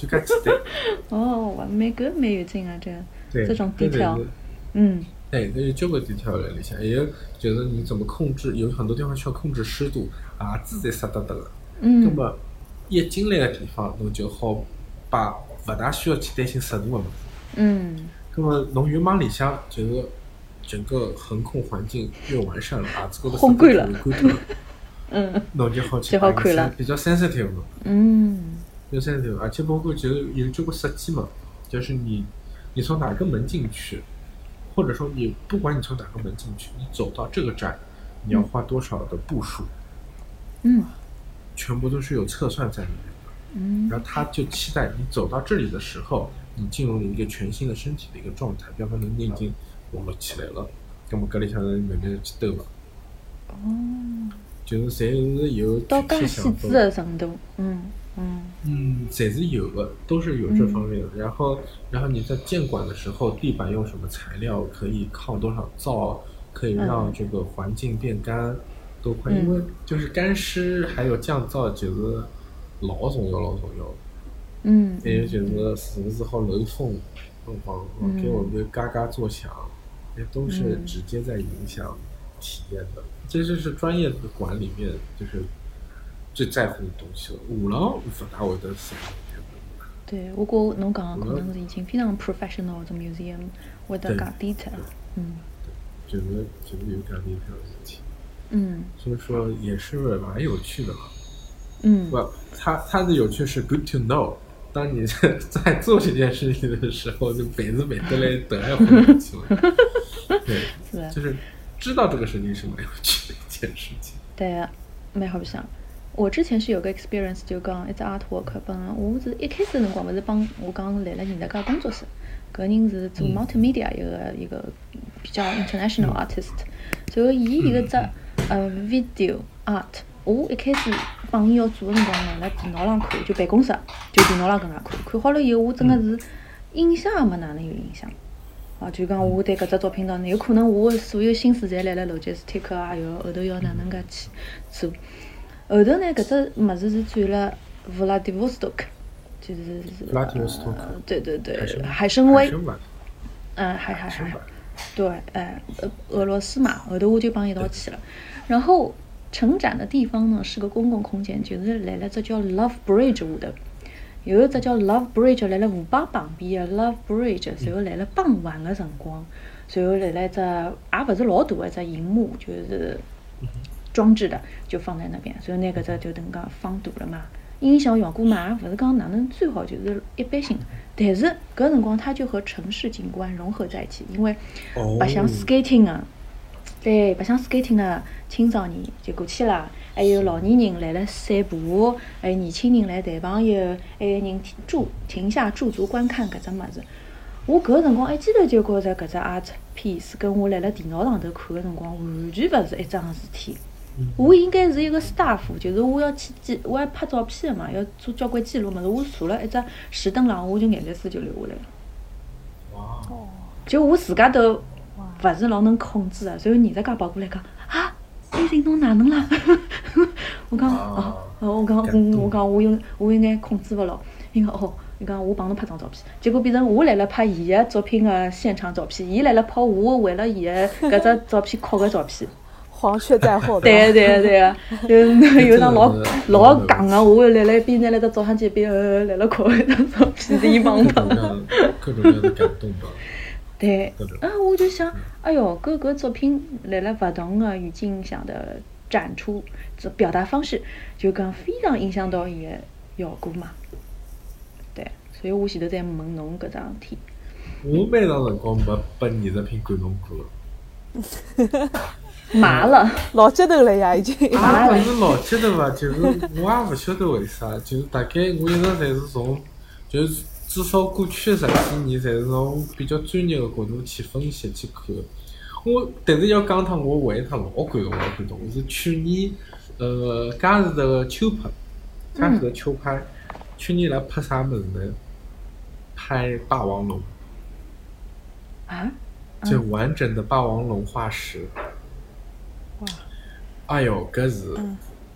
就介简单。 哦，哇，蛮搿蛮有劲啊，这对， 这种低调， 嗯。对，那有交关低调来里向，还有就是你怎么控制，有很多地方需要控制湿度，鞋子侪湿哒哒个。 嗯。 那么一进来个地方，侬就好把勿大需要去担心湿度个物事。 嗯。 那么侬越往里向，就是整个横控环境越完善了，鞋子高头烘干了。 嗯。侬就好去就好看了。 比较 sensitive 嘛。 嗯。 比较 sensitive，而且包括就是有交关设计嘛，就是你你从哪个门进去。或者说你不管你从哪个门进去，你走到这个站，你要花多少的步数， 嗯， 全部都是有测算在里面的， 嗯， 然后他就期待你走到这里的时候，你进入了一个全新的身体的一个状态，比方说你已经活了起来了，那么搿里向慢慢去抖嘛， 哦， 就是侪是有到介细致的程度，嗯。嗯嗯，侪是有的，都是有这方面的。嗯、然后，然后你在建管的时候，地板用什么材料可以抗多少燥，可以让这个环境变干，都快。因为就是干湿还有降噪，就是老重要，老重要。 嗯。 还有就是是不是好漏风，弄房给我们嘎嘎作响，也都是直接在影响体验的。这就是专业的馆里面就是。最在乎的东西了，下浪勿大会得想。 对，我觉侬讲的可能是已经非常 professional 的 museum， 会得讲 detail。嗯。 对，就是就是有讲 detail 的事情。 嗯。 所以说也是蛮有趣的嘛。 嗯。 不，它它的有趣是 good to know。当你在做这件事情的时候，就背着背得来得来回去了。对，就是知道这个事情是蛮有趣的一件事情。 对啊，蛮好想。我之前是有个 experience， 就讲一只 artwork， 帮我是一开始的辰光，勿是帮我讲来了人家家工作室，搿人是做 multimedia 一个一个比较 international artist， 所以伊一个只呃 video art， 我一开始帮伊要做的辰光，辣辣电脑上看，就办公室就电脑上搿能看，看好了以后，我真的是印象也没哪能有印象。啊，就讲我对搿只作品当中，有可能我所有心思侪辣辣 logistic 啊，要后头要哪能介去做。后头呢，搿只物事是转了弗拉迪沃斯托克，就是弗拉迪沃斯托克， 对对对，海参崴，嗯，海海海，对，哎，俄俄罗斯嘛，后头我就帮一道去了。然后成展的地方呢是个公共空间，就是辣辣只叫 Love Bridge 下头，有一只叫 Love Bridge 辣辣湖浜旁边的 Love Bridge， 然后辣辣傍晚的辰光，然后辣辣只也勿是老大的一只荧幕，就是装置的，就放在那边，所以那个只就等讲放大了嘛。音响效果嘛，勿是讲哪能最好，就是一般性。但是搿辰光它就和城市景观融合在一起，因为白相 skating 啊，对，白相 skating 啊，青少年就过去了，还有老年人来了散步，还有年轻人来谈朋友，还有人驻停下驻足观看搿只物事。我搿辰光一记头就觉着搿只 art piece 跟我辣辣电脑上头看个辰光完全勿是一桩事体。我应该是一个 staff， 就是我要去记，我要拍照片的嘛，要做交关记录嘛。我坐了一只石凳上，我就眼泪水就流下来了。 哇！ 就我自家都勿是老能控制的，所以人家家跑过来讲啊，你运动哪能啦？我讲哦，我讲嗯，我讲我有我应该控制勿牢。伊讲哦，伊讲我帮侬拍张照片，结果变成我来了拍伊个作品的现场照片，伊来了拍我为了伊个搿只照片哭个照片。 黄雀在后。 对对对啊，就有张老老戆个，我辣辣一边拿了只照相机一边呃辣辣哭一张照片，是伊帮我拍的。 各种各样的感动吧。 对，啊，我就想，哎哟，搿搿作品辣辣勿同的语境下的展出，这表达方式，就讲非常影响到伊个效果嘛。对，所以我前头在问侬搿桩事体。 我蛮长辰光没把艺术品感动过了。 麻了， 老激动了呀，已经。 也勿是老激动伐，就是我也勿晓得为啥，就是大概我一直侪是从，就是至少过去十几年，侪是从比较专业的角度去分析去看。我但是要讲趟，我为一趟老感动老感动，是去年呃嘉士得个秋拍，嘉士得秋拍，去年来拍啥物事呢？拍霸王龙。 啊？ 就完整的霸王龙化石。哇！哎哟，搿是，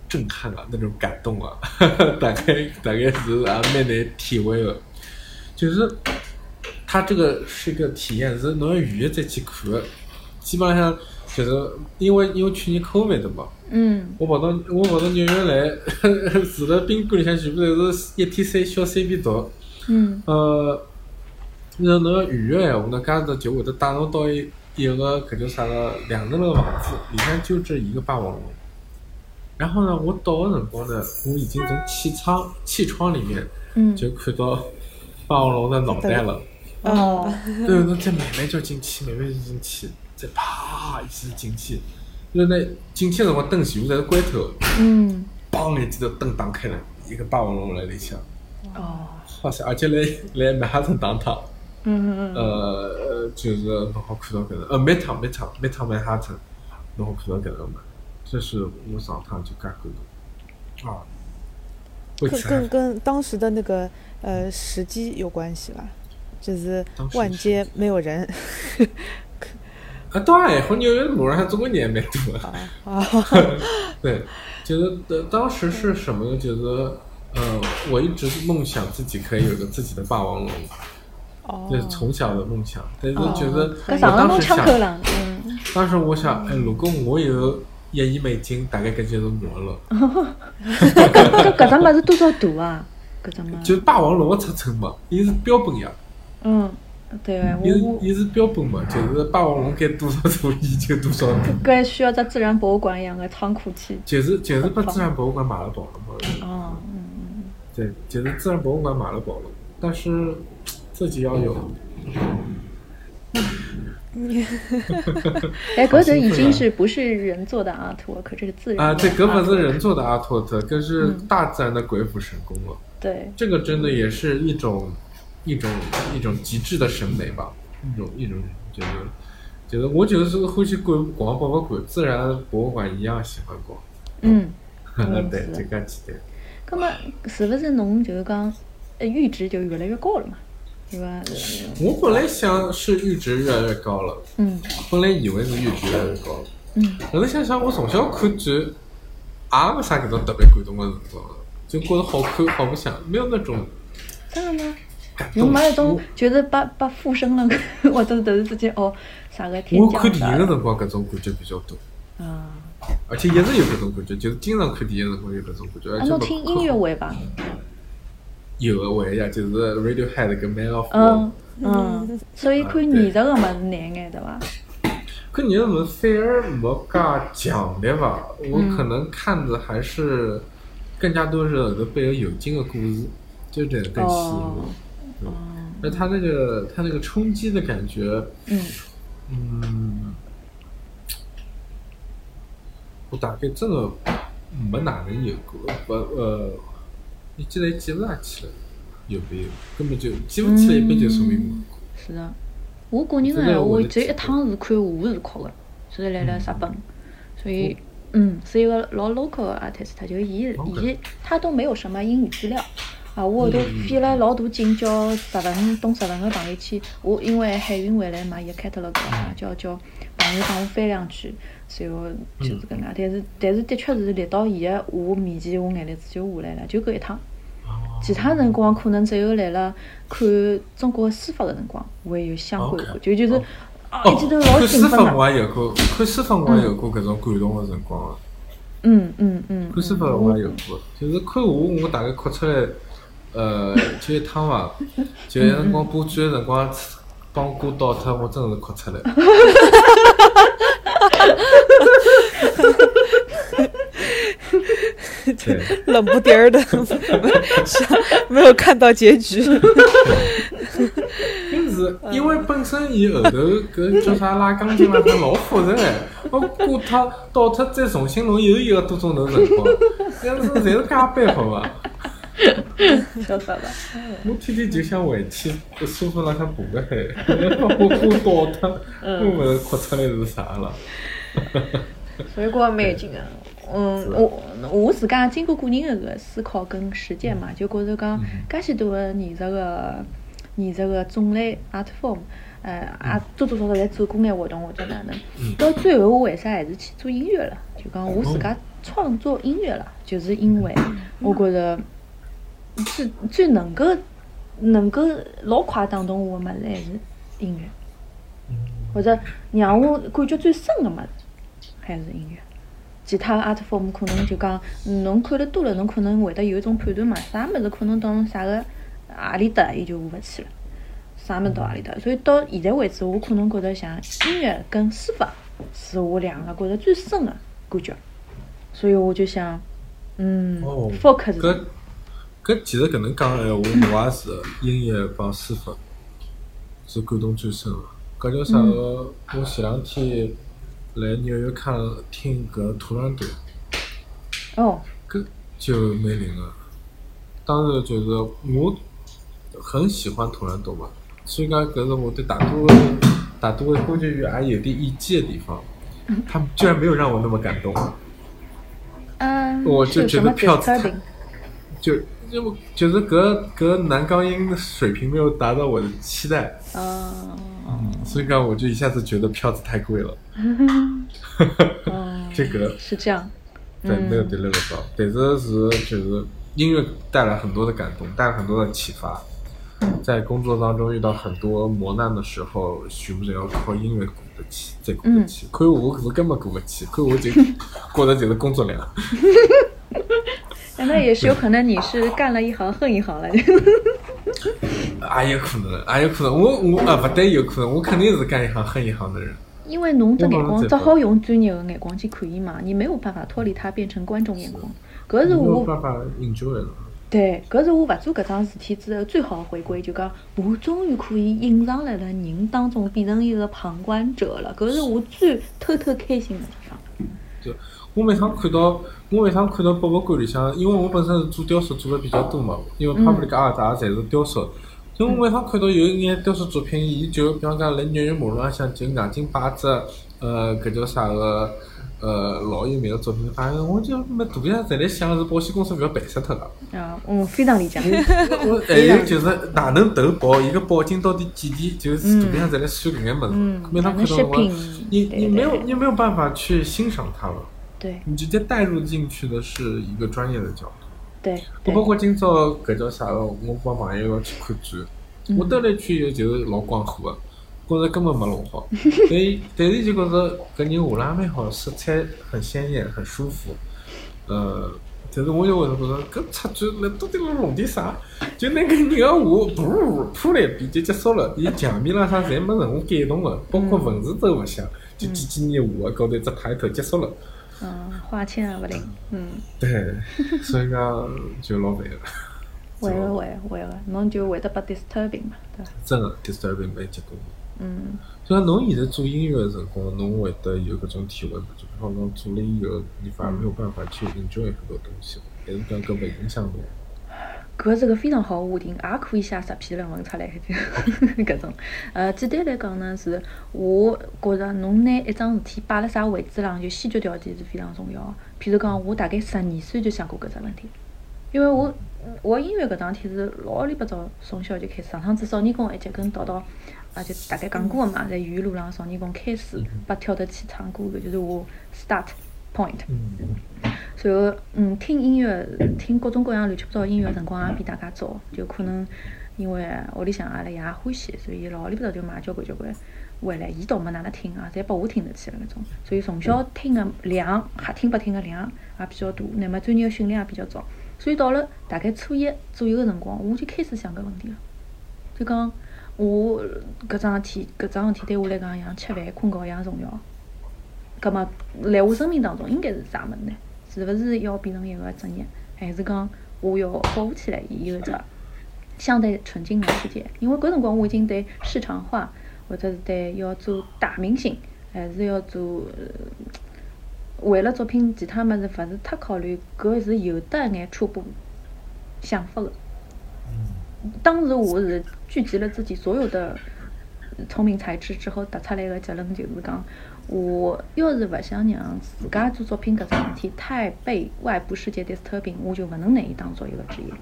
震撼啊，那种感动啊，大概大概是啊蛮难体会的。就是它这个是一个体验，是侬要预约再去看的。基本上就是因为因为去年 COVID 的嘛， 嗯， 我跑到我跑到纽约来，住在宾馆里向全部都是一天三小三边读。 嗯， 呃，那侬要预约闲话，那家子就会得带侬到一一个搿叫啥个两层楼的房子，里向就这一个霸王龙。然后呢，我到的辰光呢，我已经从气窗气窗里面就看到霸王龙的脑袋了。 哦， 对，侬再慢慢叫进去，慢慢就进去，再啪一记进去。因为那进去的辰光灯全部侪是关脱的。 嗯， 梆一记头灯打开了，一个霸王龙来里向。 哦， 好像而且来来曼哈顿当趟。 嗯嗯呃，就是侬好看到搿个，呃，Midtown Midtown Midtown Manhattan，侬好看到搿个嘛？这是我上趟就感觉到啊。 跟跟跟当时的那个呃时机有关系吧，就是万街没有人。 啊，当然，和纽约路上中国人也蛮多的。 啊， 对，就是呃当时是什么呢？就是呃，我一直梦想自己可以有个自己的霸王龙。 哦， 这是从小的梦想，但是觉得我当时想， 嗯，当时我想，哎，如果我有一亿美金，大概搿就是我了。 搿搿搿只物事多少大啊？搿只物就霸王龙的尺寸嘛，伊是标本呀。 嗯，对个， 伊是伊是标本嘛，就是霸王龙该多少大，伊就多少大。 搿需要只自然博物馆一样的仓库去。 就是就是把自然博物馆买了宝了嘛。 哦，嗯嗯。 对，就是自然博物馆买了宝了，但是。自己要有。 哎，搿这已经是不是人做的 artwork， 这是自然啊，这搿不是人做的 artwork， 搿是大自然的鬼斧神工了。 嗯、对， 这个真的也是一种一种一种极致的审美吧，一种一种觉得觉得我就是欢喜逛逛博物馆，自然博物馆一样喜欢逛。 嗯， 对，这个记得。 那么是不是侬就是讲？呃，阈值就越来越高了嘛，对吧？ 我本来想是阈值越来越高了， 嗯， 本来以为是阈值越来越高了， 嗯， 后来想想我从小看剧，也没啥搿种特别感动的辰光，就觉得好看好不想，没有那种。 真的吗？有没有那种觉得把把附身了，或者都是直接哦啥个天降？ 我看电影的辰光搿种感觉比较多。 啊。 而且一直有搿种感觉，就是经常看电影的辰光有搿种感觉。而且侬听音乐会吧？ 有个会呀，就是 Radiohead 跟 Man of War。嗯嗯，所以看艺术个物事难眼，对伐？ 看艺术物事反而没介强烈吧，我可能看的还是更加多是后头背后有劲的故事，就这更吸引我。嗯，那他那个他那个冲击的感觉， 嗯嗯，我大概真的没哪能有过，不呃。你记得记不大起来，有没有？根本就记不起来，一般就说明没过。 是的，我个人闲话，只有一趟是看吴世奎的，就是来了日本，所以嗯，是一个老 local 的 artist， 就伊伊他都没有什么英语资料啊，我都费了老大劲叫日文懂日文的朋友去，我因为海运回来嘛，也开脱了个叫叫朋友帮我翻两句。随后就是搿能，但是但是的确是立到伊个画面前，我眼泪水就下来了，就搿一趟。其他辰光可能只有来了看中国书法个辰光，会有相关过，就就是啊，一记头老兴奋。 看书法我也有过，看书法我也有过搿种感动个辰光个。 嗯嗯嗯。 看书法我也有过，就是看画我大概哭出来，呃，就一趟伐，就有辰光把卷个辰光帮我倒脱，我真是哭出来。 冷不丁儿的，没有看到结局。 就是因为本身伊后头搿叫啥拉钢筋拉它老复杂哎，我过脱倒脱再重新弄又一个多钟头辰光，但是侪是加班好伐？ 笑死了！ 我天天就想回去沙发浪向爬个海，我我倒脱，我勿是哭出来是啥了？ 所以觉蛮有劲个。嗯，我我自家经过个人的个思考跟实践嘛，就觉着讲，介许多个艺术个艺术个种类 art form， 呃，也多多少少侪做过眼活动或者哪能，到最后我为啥还是去做音乐了？就讲我自家创作音乐了，就是因为我觉着最最能够能够老快打动我的物事还是音乐，或者让我感觉最深的物事还是音乐。其他的 art form 可能就讲侬看得多了，侬可能会得有一种判断嘛，啥物事可能到侬啥个何里搭，伊就下勿去了。啥物事到何里搭？所以到现在为止，我可能觉得像音乐跟书法是我两个觉得最深的感觉。所以我就想，嗯 ，focus。 搿搿其实搿能讲闲话，我也是音乐帮书法是感动最深的。搿叫啥个？我前两天来纽约看听搿图兰朵。 哦。 搿就蛮灵个。当时就是我很喜欢图兰朵嘛，所以讲搿是我对大多大多的歌剧院也有点意见的地方，他们居然没有让我那么感动。 嗯， 我就觉得票子太就就就是搿搿男高音的水平没有达到我的期待。 哦。 嗯，所以讲我就一下子觉得票子太贵了。 哦。 这个是这样。 对，没有对那个高，但是是就是音乐带来很多的感动，带来很多的启发。在工作当中遇到很多磨难的时候，全部都要靠音乐鼓得起，再鼓得起。看我是根本鼓不起，看我就过的就是工作量。 那也是有可能你是干了一行恨一行了。也有可能，也有可能，我我啊不对，有可能，我肯定是干一行恨一行的人。 因为侬的眼光只好用专业的眼光去看伊嘛，你没有办法脱离它变成观众眼光。搿是我没有办法 enjoy 了。 对，搿是我勿做搿桩事体之后最好的回归，就讲我终于可以隐藏辣辣人当中变成一个旁观者了，搿是我最偷偷开心的地方。 就我每趟看到，我每趟看到博物馆里向，因为我本身是做雕塑做的比较多嘛，因为 public art 也侪是雕塑。就我每趟看到有一眼雕塑作品，伊就比方讲辣纽约马路浪向就硬劲摆只呃搿叫啥个呃老有名个作品摆，我就没大家侪来想是保险公司勿要赔死脱个。 啊，嗯，非常理解。 我还有就是哪能投保，伊个保金到底几钿，就是大家侪来算搿眼物事。每趟看到我，你你没有你没有办法去欣赏它了。 对。 你直接带入进去的是一个专业的角度。 对。 我包括今朝搿叫啥个，我帮朋友要去看展，我兜了一圈以后就是老光火个，觉着根本没弄好。但但是就觉着搿人画了也蛮好，色彩很鲜艳，很舒服。呃，但是我就会觉着搿插展来到底弄点啥？就那个人个画，噗铺了一遍就结束了，伊墙面浪啥侪没任何改动个，包括文字都勿写，就几几年画个，高头一只抬头结束了。 嗯，花钱也勿灵，嗯。 对，所以讲就老烦个。 会个会个会个，侬就会得被 disturbing 嘛，对伐？ 真个 disturbing 蛮结棍。 嗯。 所以讲，侬现在做音乐个辰光，侬会得有搿种体会嘛？就比方讲做了以后，你反而没有办法去 enjoy 很多东西，还是讲搿勿影响侬？ 搿是个非常好的话题，也可以写十篇论文出来搿种。呃，简单来讲呢，是我觉着侬拿一桩事体摆辣啥位置浪，就先决条件是非常重要的。譬如讲，我大概十二岁就想过搿只问题，因为我我音乐搿桩事体是老里八早，从小就开始。上趟子少年宫一节跟导导啊，就大概讲过个嘛，在愚路浪少年宫开始拨跳得起唱歌个，就是我 start point。随后，嗯，听音乐，听各种各样乱七八糟的音乐，辰光也比大家早。就可能因为屋里向阿拉爷欢喜，所以老里八早就买交关交关回来。伊倒没哪能听啊，侪拨我听得起了搿种。所以从小听个量，瞎听八听个量也比较大。乃末专业训练也比较早。所以到了大概初一左右个辰光，我就开始想搿问题了。就讲我搿桩事体，搿桩事体对我来讲像吃饭困觉一样重要。葛末辣我生命当中应该是啥物事呢？是勿是要变成一个职业，还是讲我要保护起来伊有着相对纯净的世界？因为搿辰光我已经对市场化，或者是对要做大明星，还是要做、呃、为了作品其他物事，勿是太考虑，搿是有得一眼初步想法的。当时我是聚集了自己所有的聪明才智之后得出来个结论，就是讲。我要是勿想让自家做作品搿桩事体太被外部世界 disturbing， 我就勿能拿伊当做一个职业。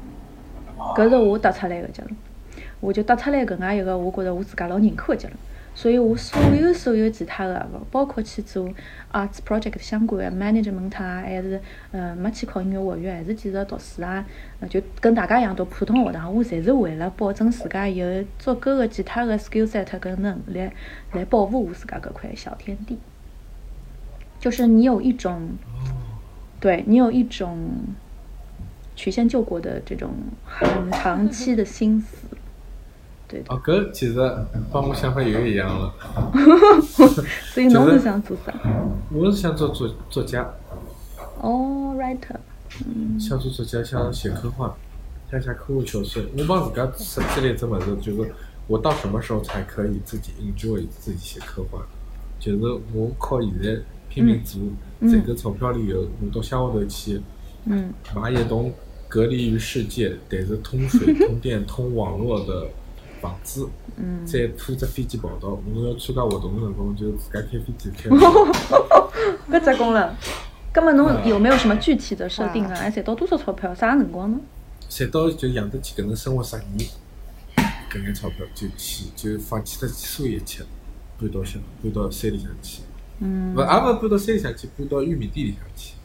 搿是我得出来个结论，我就得出来搿能一个我觉着我自家老认可个结论。 所以我所有所有其他的，包括去做 arts project 相关的 management 啊，还是呃没去考音乐学院，还是继续读书啊，就跟大家一样读普通学堂，我侪是为了保证自家有足够的其他的 skill set 跟能力来保护我自家搿块小天地。就是你有一种，对你有一种曲线救国的这种很长期的心思。对的。 哦，搿其实帮我想法又一样了。 所以侬是想做啥？ 我是想做作作家。 哦 ，writer。嗯。 想做作家，想写科幻，想写科幻小说。我帮自家设计了一只物事，就是我到什么时候才可以自己 enjoy 自己写科幻？就是我靠现在拼命做，赚个钞票以后，我到乡下头去， 嗯， 买一栋隔离于世界，但是通水、通电、通网络的房子， 嗯， 再铺只飞机跑道。我要参加活动的辰光，就自家开飞机开。 搿结棍了。葛末侬有没有什么具体的设定啊？还赚到多少钞票？啥辰光呢？ 赚到就养得起搿能生活十年，搿眼钞票就去就放弃脱所有一切，搬到乡搬到山里向去。 嗯。 勿，也勿搬到山里向去，搬到玉米地里向去。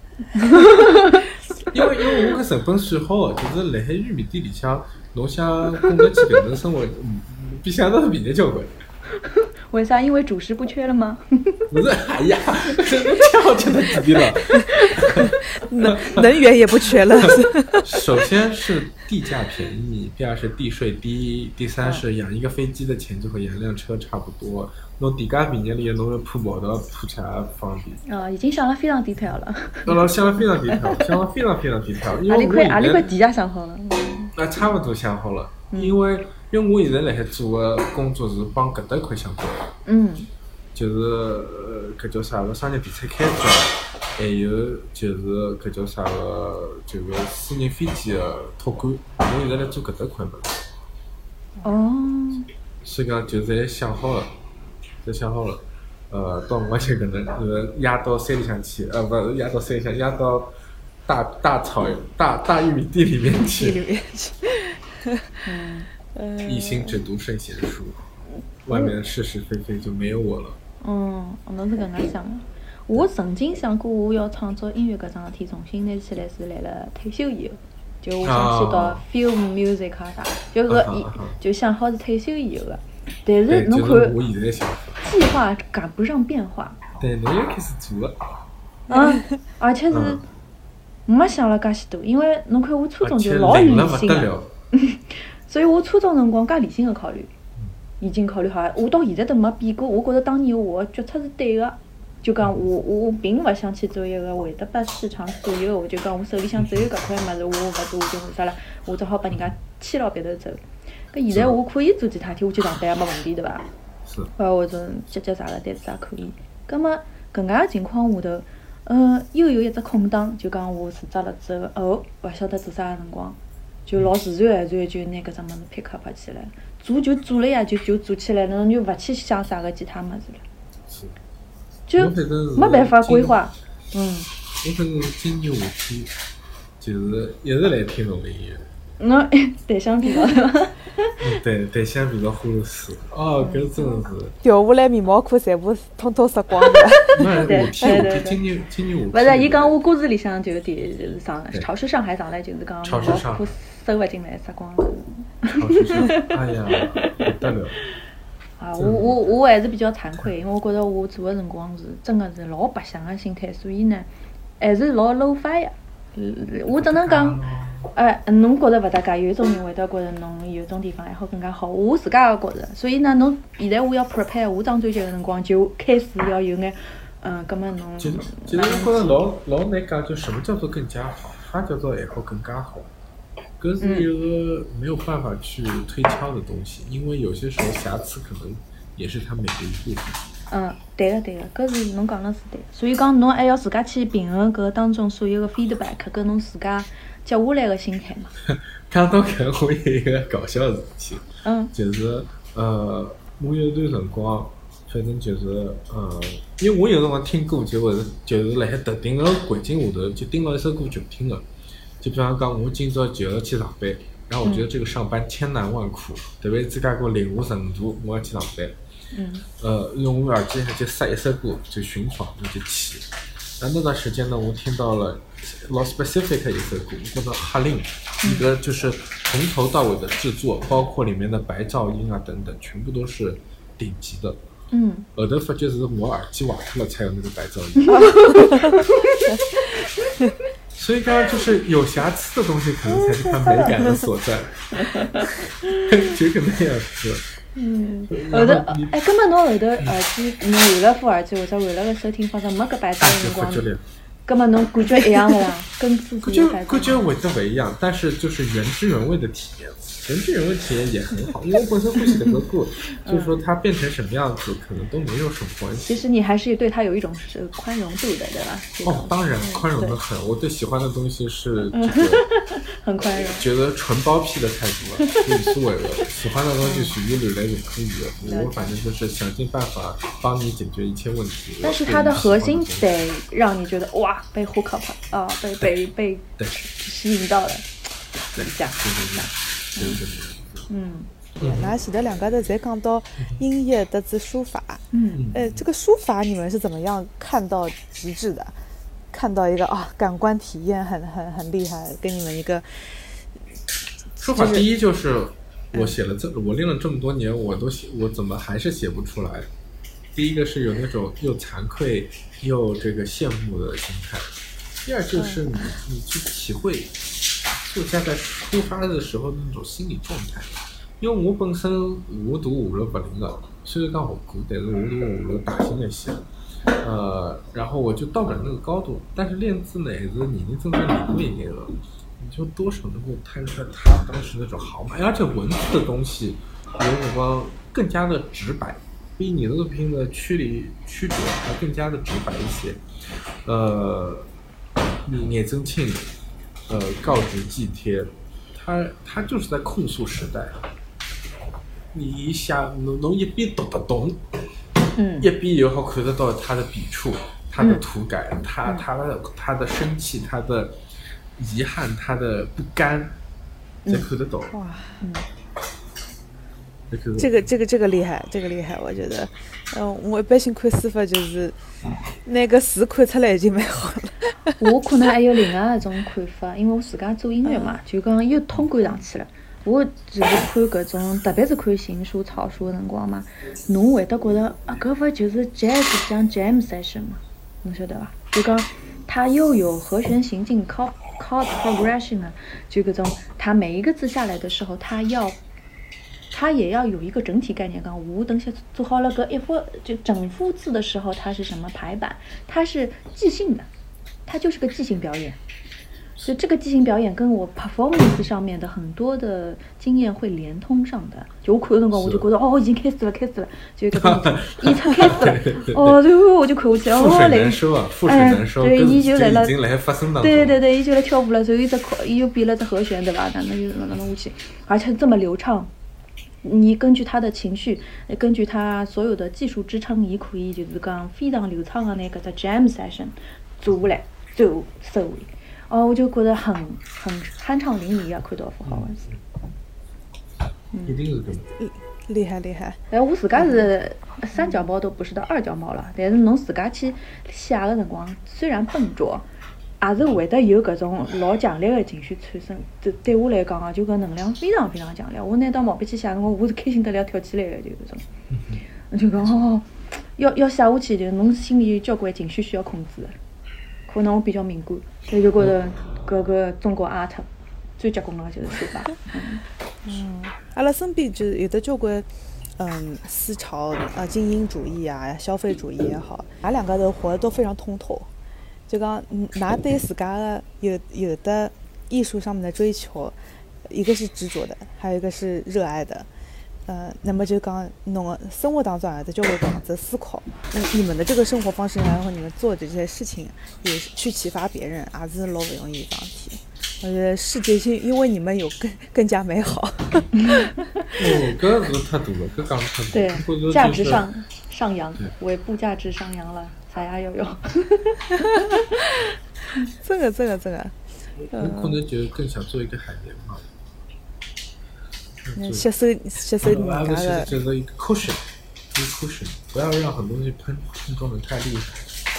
因为因为我搿成本算好个，就是辣海玉米地里向，侬想供得起搿能生活，嗯，比想象中便宜交关。 为啥？因为主食不缺了吗？ 不是，哎呀，太好听的几地了。 能能源也不缺了。 首先是地价便宜，第二是地税低，第三是养一个飞机的钱就和养辆车差不多。侬地价便宜里，侬要铺跑道铺起来方便。 哦，已经想了非常 detail 了。 到了想了非常 detail， 想了非常非常 detail。 阿里块阿里块地价想好了。 那差不多想好了，因为因为我现在辣海做的工作是帮搿搭块相关的。嗯。就是呃，搿叫啥个商业比赛开发，还有就是搿叫啥个，就是私人飞机的托管。我现在来做搿搭块物事。 哦。 所以讲，就是侪想好了，侪想好了。呃，到我去搿能，呃，压到山里向去，呃，勿是压到山里向，压到大大草大大玉米地里面去。 地里面去。 嗯。 一心只读圣贤书，外面是是非非就没有我了。 嗯，侬是搿能想的。我曾经想过，我要创作音乐搿桩事体重新拿起来是辣辣退休以后，就我想去到 film music 啊啥，就搿一就想好是退休以后个。但是侬看， 我现在想法， 计划赶不上变化。 对，侬要开始做了。 嗯，而且是没想了介许多，因为侬看我初中就老理性个，所以我初中辰光介理性个考虑。已经考虑好，我到现在都没变过。我觉着当年我决策是对的，就讲我我并勿想去做一个会得被市场左右的，就讲我手里向只有搿块物事，我勿做就为啥啦？我只好把人家牵牢鼻头走。搿现在我可以做其他天，我去上班也没问题，对伐？ 是。 呃，或者接接啥个单子也可以。葛末搿能介情况下头，呃，又有一只空档，就讲我辞职了之后，哦，勿晓得做啥个辰光，就老自然而然就拿搿只物事 pick up 起来。做就做了呀，就就做起来了，侬就勿去想啥个其他物事了。 是。 就没办法规划。嗯。 我反正是今年夏天，就是一直来听侬的音乐。 侬对象疲劳对伐？ 对，对象疲劳花露水。哦，搿真的是。 掉下来面毛裤全部统统杀光了。 那夏天夏天今年今年夏天。 勿是，伊讲我歌词里向就点就是上潮湿上海上来就是讲毛裤收勿进来杀光了。 潮湿上，哎呀，不得了。 啊，我我我还是比较惭愧，因为我觉着我做个辰光是真个是老白相个心态，所以呢，还是老 low 发呀。我只能讲，哎，侬觉着勿搭界，有一种人会得觉着侬有种地方还好更加好，我自家也觉着。所以呢，侬现在我要 prepare 我张专辑个辰光，就开始要有眼，嗯，葛末侬。 其实其实我觉着老老难讲，就什么叫做更加好，啥叫做还好更加好。搿是一个没有办法去推敲的东西，嗯、因为有些时候瑕疵可能也是它美的一部分。 嗯，对个对个，搿是侬讲了是对。所以讲侬还要自家去平衡搿当中所有的 feedback， 跟侬自家接下来的心态嘛。 讲到搿，我有一个搞笑的事体， 嗯， 就是呃，我有一段辰光，反正就是呃，因为我有辰光听歌，就是就是辣海特定个环境下头，就盯牢一首歌就听个。就比方讲，我今朝就要去上班，然后我觉得这个上班千难万苦，特别自家给我领悟程度，我要去上班。 嗯， 呃，用我耳机还就塞一首歌就循环我就起。然后那段时间呢，我听到了老 specific 一首歌叫做《哈林》，一个就是从头到尾的制作，包括里面的白噪音啊等等，全部都是顶级的。 嗯， 后头发觉是我耳机坏掉了才有那个白噪音。所以刚刚就是有瑕疵的东西，可能才是它美感的所在，就可那样子。 嗯，后头哎，根本侬后头耳机，侬换了副耳机或者换了个收听方式，没搿白噪音辰光，根本侬感觉一样的啦，跟自己的感觉会得不一样，但是就是原汁原味的体验。原汁原味体验也很好，因为我本身会写的歌歌，就是说它变成什么样子，可能都没有什么关系。 其实你还是对它有一种是宽容度的，对吧？ 哦，当然宽容的很。我对喜欢的东西是这个很宽容， 觉得纯包庇的态度了，无所谓了。喜欢的东西属于你来就可以了。我反正就是想尽办法帮你解决一切问题。 但是它的核心得让你觉得哇，被 hook up 啊，被被被吸引到了， 对， 这样。 嗯， 那前头两家头侪讲到音乐得自书法， 嗯， 呃，这个书法你们是怎么样看到极致的？看到一个啊，感官体验很很很厉害，跟你们一个书法第一就是我写了这、嗯、我练了这么多年，我都写我怎么还是写不出来？第一个是有那种又惭愧又这个羡慕的心态，第二就是你、嗯、你去体会。作家在抒发的时候的那种心理状态，因为我本身我读下了不灵的，虽然讲学过，但是我读下了大型一些，呃，然后我就到不了那个高度。但是练字呢，也是认认真真练过一点的，你就多少能够看出来他当时那种豪迈，而且文字的东西有辰光更加的直白，比你那个拼的曲里曲折还更加的直白一些。呃，你眼真清。呃，告知祭贴，他他就是在控诉时代。你一下，侬侬一边读得懂， 嗯， 一边又好看得到他的笔触、他的涂改、嗯、他他的他的生气、他的遗憾、他的不甘，才看得到。 哇，嗯，这个这个这个厉害，这个厉害，我觉得，嗯、呃，我一般性看书法就是那个字看出来已经蛮好了。 我可能还有另外一种看法，因为我自家做音乐嘛，嗯、就讲又通感上去了。我就是看搿种，特别是看行书、草书的辰光嘛，侬会得觉得啊，搿勿就是 jazz 像 jam session 嘛？侬晓得伐？就讲它又有和弦行进 chord chord progression 啊，就搿种，它每一个字下来的时候，它要。它也要有一个整体概念，讲我等下做好了个一幅就整幅字的时候，它是什么排版，它是即兴的，它就是个即兴表演。所以这个即兴表演跟我 performance 上面的很多的经验会连通上的。就我看的辰光，我就觉得哦，已经开始了，开始了，就这个一场开始了，哦，最后我就看下去了，哦， 来，哎， 对，伊就来了， 已经来发生当中， 对对对，伊就来跳舞了，所以这伊又编了这和弦，对吧？那那就那那下去，而且这么流畅。你根据他的情绪，根据他所有的技术支撑，伊可以就是讲非常流畅的那个 jam session 做下来，最后收尾。哦，我就觉得很很酣畅淋漓啊！看到幅好文字， 嗯，一定是这么厉害厉害。 哎，我自家是三脚猫都不是到二脚猫了，但是侬自家去写的辰光，虽然笨拙。也是会得有搿种老强烈的情绪产生，对对我来讲啊，就搿能量非常非常强烈。我拿到毛笔去写辰光，我是开心得了跳起来的，就搿种。嗯、就讲哦，要要写下去，就侬心里有交关情绪需要控制的。可能我比较敏感，所以就觉得搿个中国 art 最结棍了就是书法。嗯， 嗯，阿拉身边就是有的交关。嗯，思潮啊，精英主义啊，消费主义也好，俺两个人活得都非常通透。就讲，嗯，㑚对自家的有有的艺术上面的追求，一个是执着的，还有一个是热爱的。呃，那么就讲，侬生活当中啊，就会这样子思考，你你们的这个生活方式，然后你们做的这些事情，也是去启发别人，也是老不容易一桩事体。我觉得世界性，因为你们有更更加美好。 哦，搿是太多了，搿讲太多。 对，价值上上扬，尾部价值上扬了，啥呀悠悠。 这个这个这个。 你可能就更想做一个海绵嘛。 吸收吸收人家的。 就是一个 cushion， cushion，不要让很多东西碰碰撞的太厉害，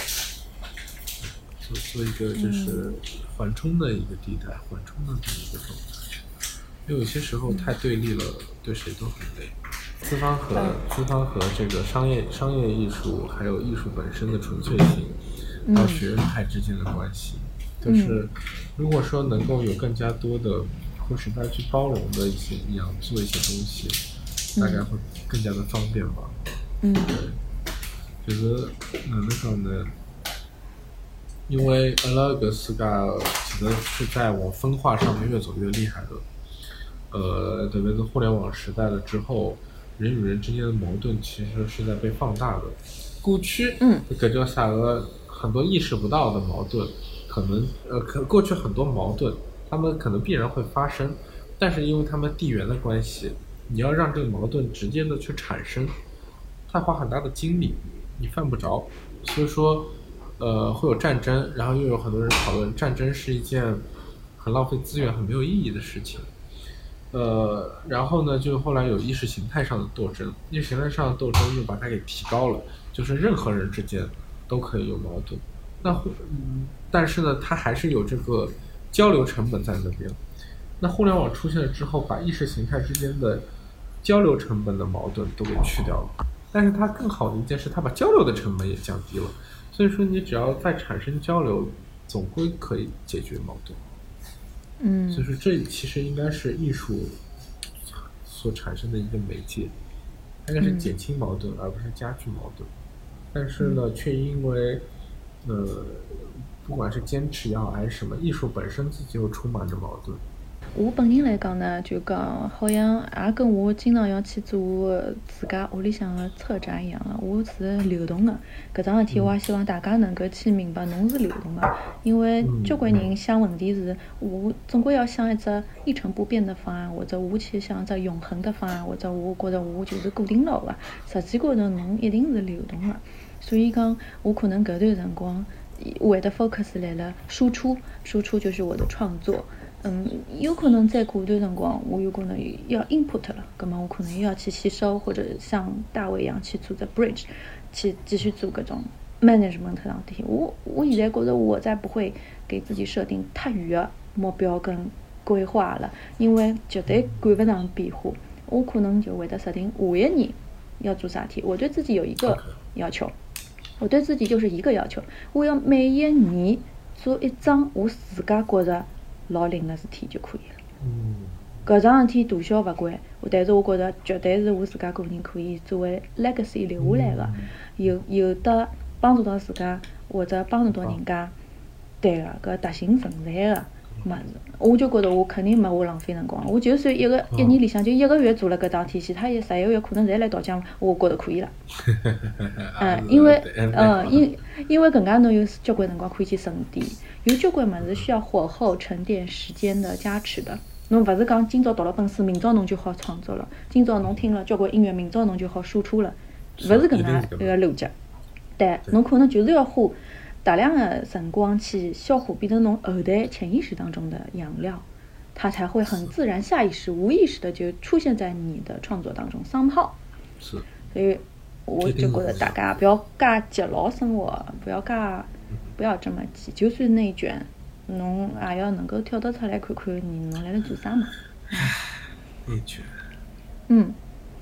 做做一个就是缓冲的一个地带，缓冲的这么一个状态。因为有些时候太对立了，对谁都很累。资方和资方和这个商业商业艺术，还有艺术本身的纯粹性，还有学院派之间的关系，就是如果说能够有更加多的或是大家去包容的一些一样做一些东西，大概会更加的方便吧。 嗯， 对，就是哪能讲呢？因为阿拉个世界其实是在往分化上面越走越厉害的。呃，特别是互联网时代了之后，人与人之间的矛盾其实是在被放大的。过去，嗯，这个叫啥个很多意识不到的矛盾，可能呃，可过去很多矛盾，他们可能必然会发生，但是因为他们地缘的关系，你要让这个矛盾直接的去产生，它花很大的精力，你犯不着。所以说，呃，会有战争，然后又有很多人讨论战争是一件很浪费资源、很没有意义的事情。呃，然后呢，就后来有意识形态上的斗争，意识形态上的斗争又把它给提高了，就是任何人之间都可以有矛盾。那嗯，但是呢，它还是有这个交流成本在那边。那互联网出现了之后，把意识形态之间的交流成本的矛盾都给去掉了。但是它更好的一件事，它把交流的成本也降低了。所以说，你只要再产生交流，总归可以解决矛盾。 嗯， 所以说这其实应该是艺术所产生的一个媒介，应该是减轻矛盾，而不是加剧矛盾。但是呢，却因为呃，不管是坚持也好还是什么，艺术本身自己又充满着矛盾。 我本人来讲呢，就讲好像也跟我经常要去做自家屋里向的策展一样的，我是流动的。搿桩事体我也希望大家能够去明白，侬是流动的。因为交关人想问题是，我总归要想一只一成不变的方案，或者我去想一只永恒的方案，或者我觉着我就是固定牢的。实际高头侬一定是流动的。所以讲，我可能搿段辰光会得 focus 来了输出，输出就是我的创作。嗯，有可能再过段辰光，我有可能要 input 了，葛么我可能又要去吸收，或者像大卫一样去做the bridge， 去继续做各种 management 上的。我我现在觉得我再不会给自己设定太远的目标跟规划了，因为绝对赶不上变化。我可能就会得设定下一年要做啥体，我对自己有一个要求，我对自己就是一个要求，我要每一年做一桩我自家觉着老灵的事体就可以了。 嗯， 搿桩事体大小勿管，但是我觉着绝对是我自家个人可以作为 legacy 留下来的，有有的帮助到自家或者帮助到人家，对个搿特性存在的物事，我就觉着我肯定没我浪费辰光。我就算一个一年里向就一个月做了搿档体系，他也十一个月可能侪来倒奖，我觉着可以了。嗯，因为嗯，因因为搿介侬有交关辰光可以去沉淀。有交关物事需要火候沉淀时间的加持的，侬勿是讲今朝读了本书，明朝侬就好创作了；今朝侬听了交关音乐，明朝侬就好输出了，勿是搿能一个逻辑。对，侬可能就是要花大量的辰光去消化，变成侬后台潜意识当中的养料，它才会很自然、下意识、无意识的就出现在你的创作当中。somehow， 是， 所以我就觉得大家不要介急劳生活，不要介。不要这么急，就算内卷，侬也要能够跳得出来看看你侬辣辣做啥嘛。 内卷。 嗯。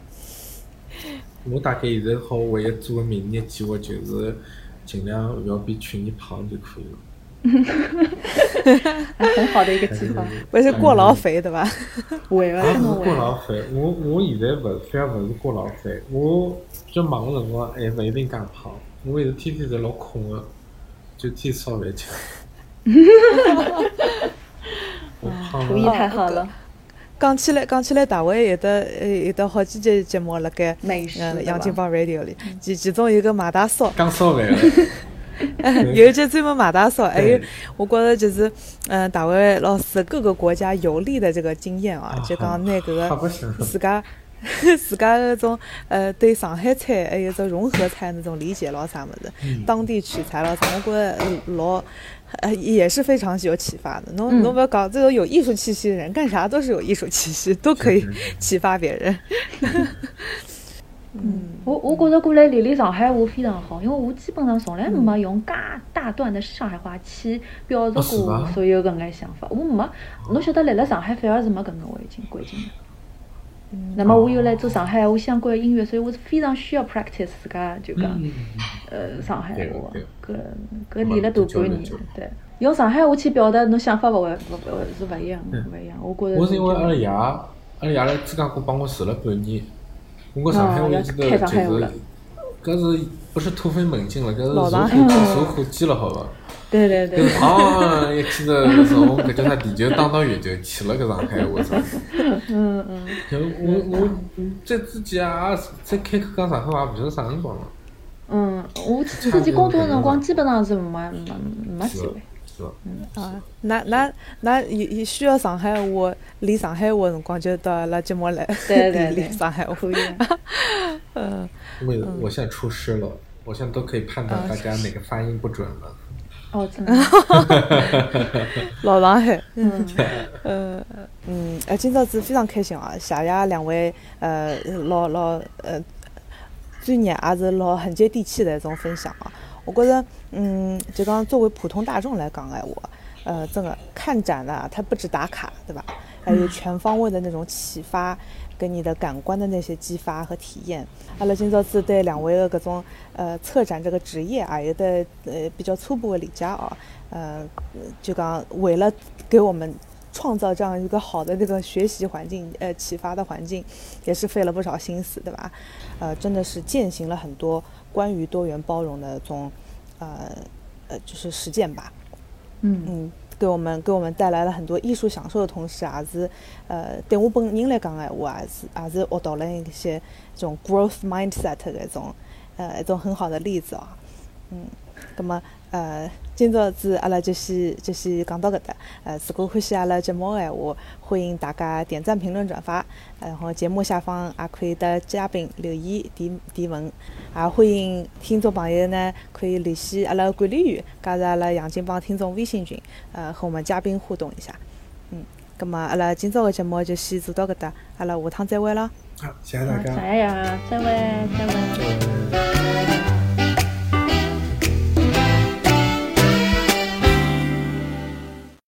我大概现在好唯一做的明年计划就是尽量不要比去年胖就可以了。 很好的一个计划。 不是过劳肥对吧？ 会啊， 不是过劳肥，我我现在勿虽然勿是过劳肥，我就忙个辰光还勿一定介胖，我现在天天侪老空个。就替烧饭吃， 厨艺太好了。 讲起来，讲起来，大卫有的呃有的好几节节目辣盖嗯杨金宝 radio 里，其其中有个马大烧， 刚烧饭有一节专门马大烧，还有我觉得就是嗯、呃，大卫老师各个国家游历的这个经验啊，就讲那个自家。自家那种呃对上海菜还有种融合菜那种理解咯啥么子， 嗯、 当地取材咯啥，我觉得老呃也是非常有启发的。侬侬不要搞这种有艺术气息的人，干啥都是有艺术气息，都可以启发别人。 嗯，我我觉着过来练练上海话非常好，因为我基本上从来没用介大段的上海话去表达过所有搿眼想法。我没，侬晓得来了上海反而是没搿眼环境环境的。嗯，那么我又来做上海话相关的音乐，所以我是非常需要 practice 自家就讲，呃，上海话，搿搿练了大半年，对，用上海话去表达侬想法勿会勿勿是勿一样，勿一样。我觉着。 我是因为阿拉爷，阿拉爷来珠江口帮我住了半年。我上海话记得就是，搿是不是突飞猛进了？搿是如虎添如虎添了，好伐？ 对对对。 啊，一记头从搿叫啥地球打到月球去了，搿上海话上。 嗯嗯。 就我我在之前也在开口讲上海话，勿晓得啥辰光了。 嗯，我自己工作的辰光基本上是没没没机会。 嗯啊，那那那有需要上海话练上海话的辰光，就到阿拉节目来练练上海话。嗯， 因为我现在出师了，我现在都可以判断大家哪个发音不准了。 哦，真的。 老上海。嗯嗯嗯，呃，今朝子非常开心啊！谢谢两位呃老老呃专业也是老很接地气的一种分享啊。我觉得，嗯，就讲作为普通大众来讲，哎，我，呃，这个看展呢，它不止打卡，对吧？还有全方位的那种启发，跟你的感官的那些激发和体验。阿拉今朝子对两位的各种呃策展这个职业啊，有的呃比较初步的理解啊，呃，就讲为了给我们创造这样一个好的这个学习环境，呃，启发的环境，也是费了不少心思，对吧？呃，真的是践行了很多关于多元包容的这种，呃呃，就是实践吧。 嗯嗯，给我们给我们带来了很多艺术享受的同时，也是呃，对我本人来讲的话，也是也是学到了一些这种 growth mindset 的一种呃一种很好的例子啊。嗯，那么呃，今朝子阿拉就先就先讲到搿搭。呃，如果欢喜阿拉节目的话，欢迎大家点赞、评论、转发。然后节目下方也可以得嘉宾留言提提问，也欢迎听众朋友呢可以联系阿拉管理员，加入阿拉杨金帮听众微信群，呃，和我们嘉宾互动一下。嗯，那么阿拉今朝的节目就先做到搿搭，阿拉下趟再会了。 好，谢谢大家。 好，谢谢，再会，再会。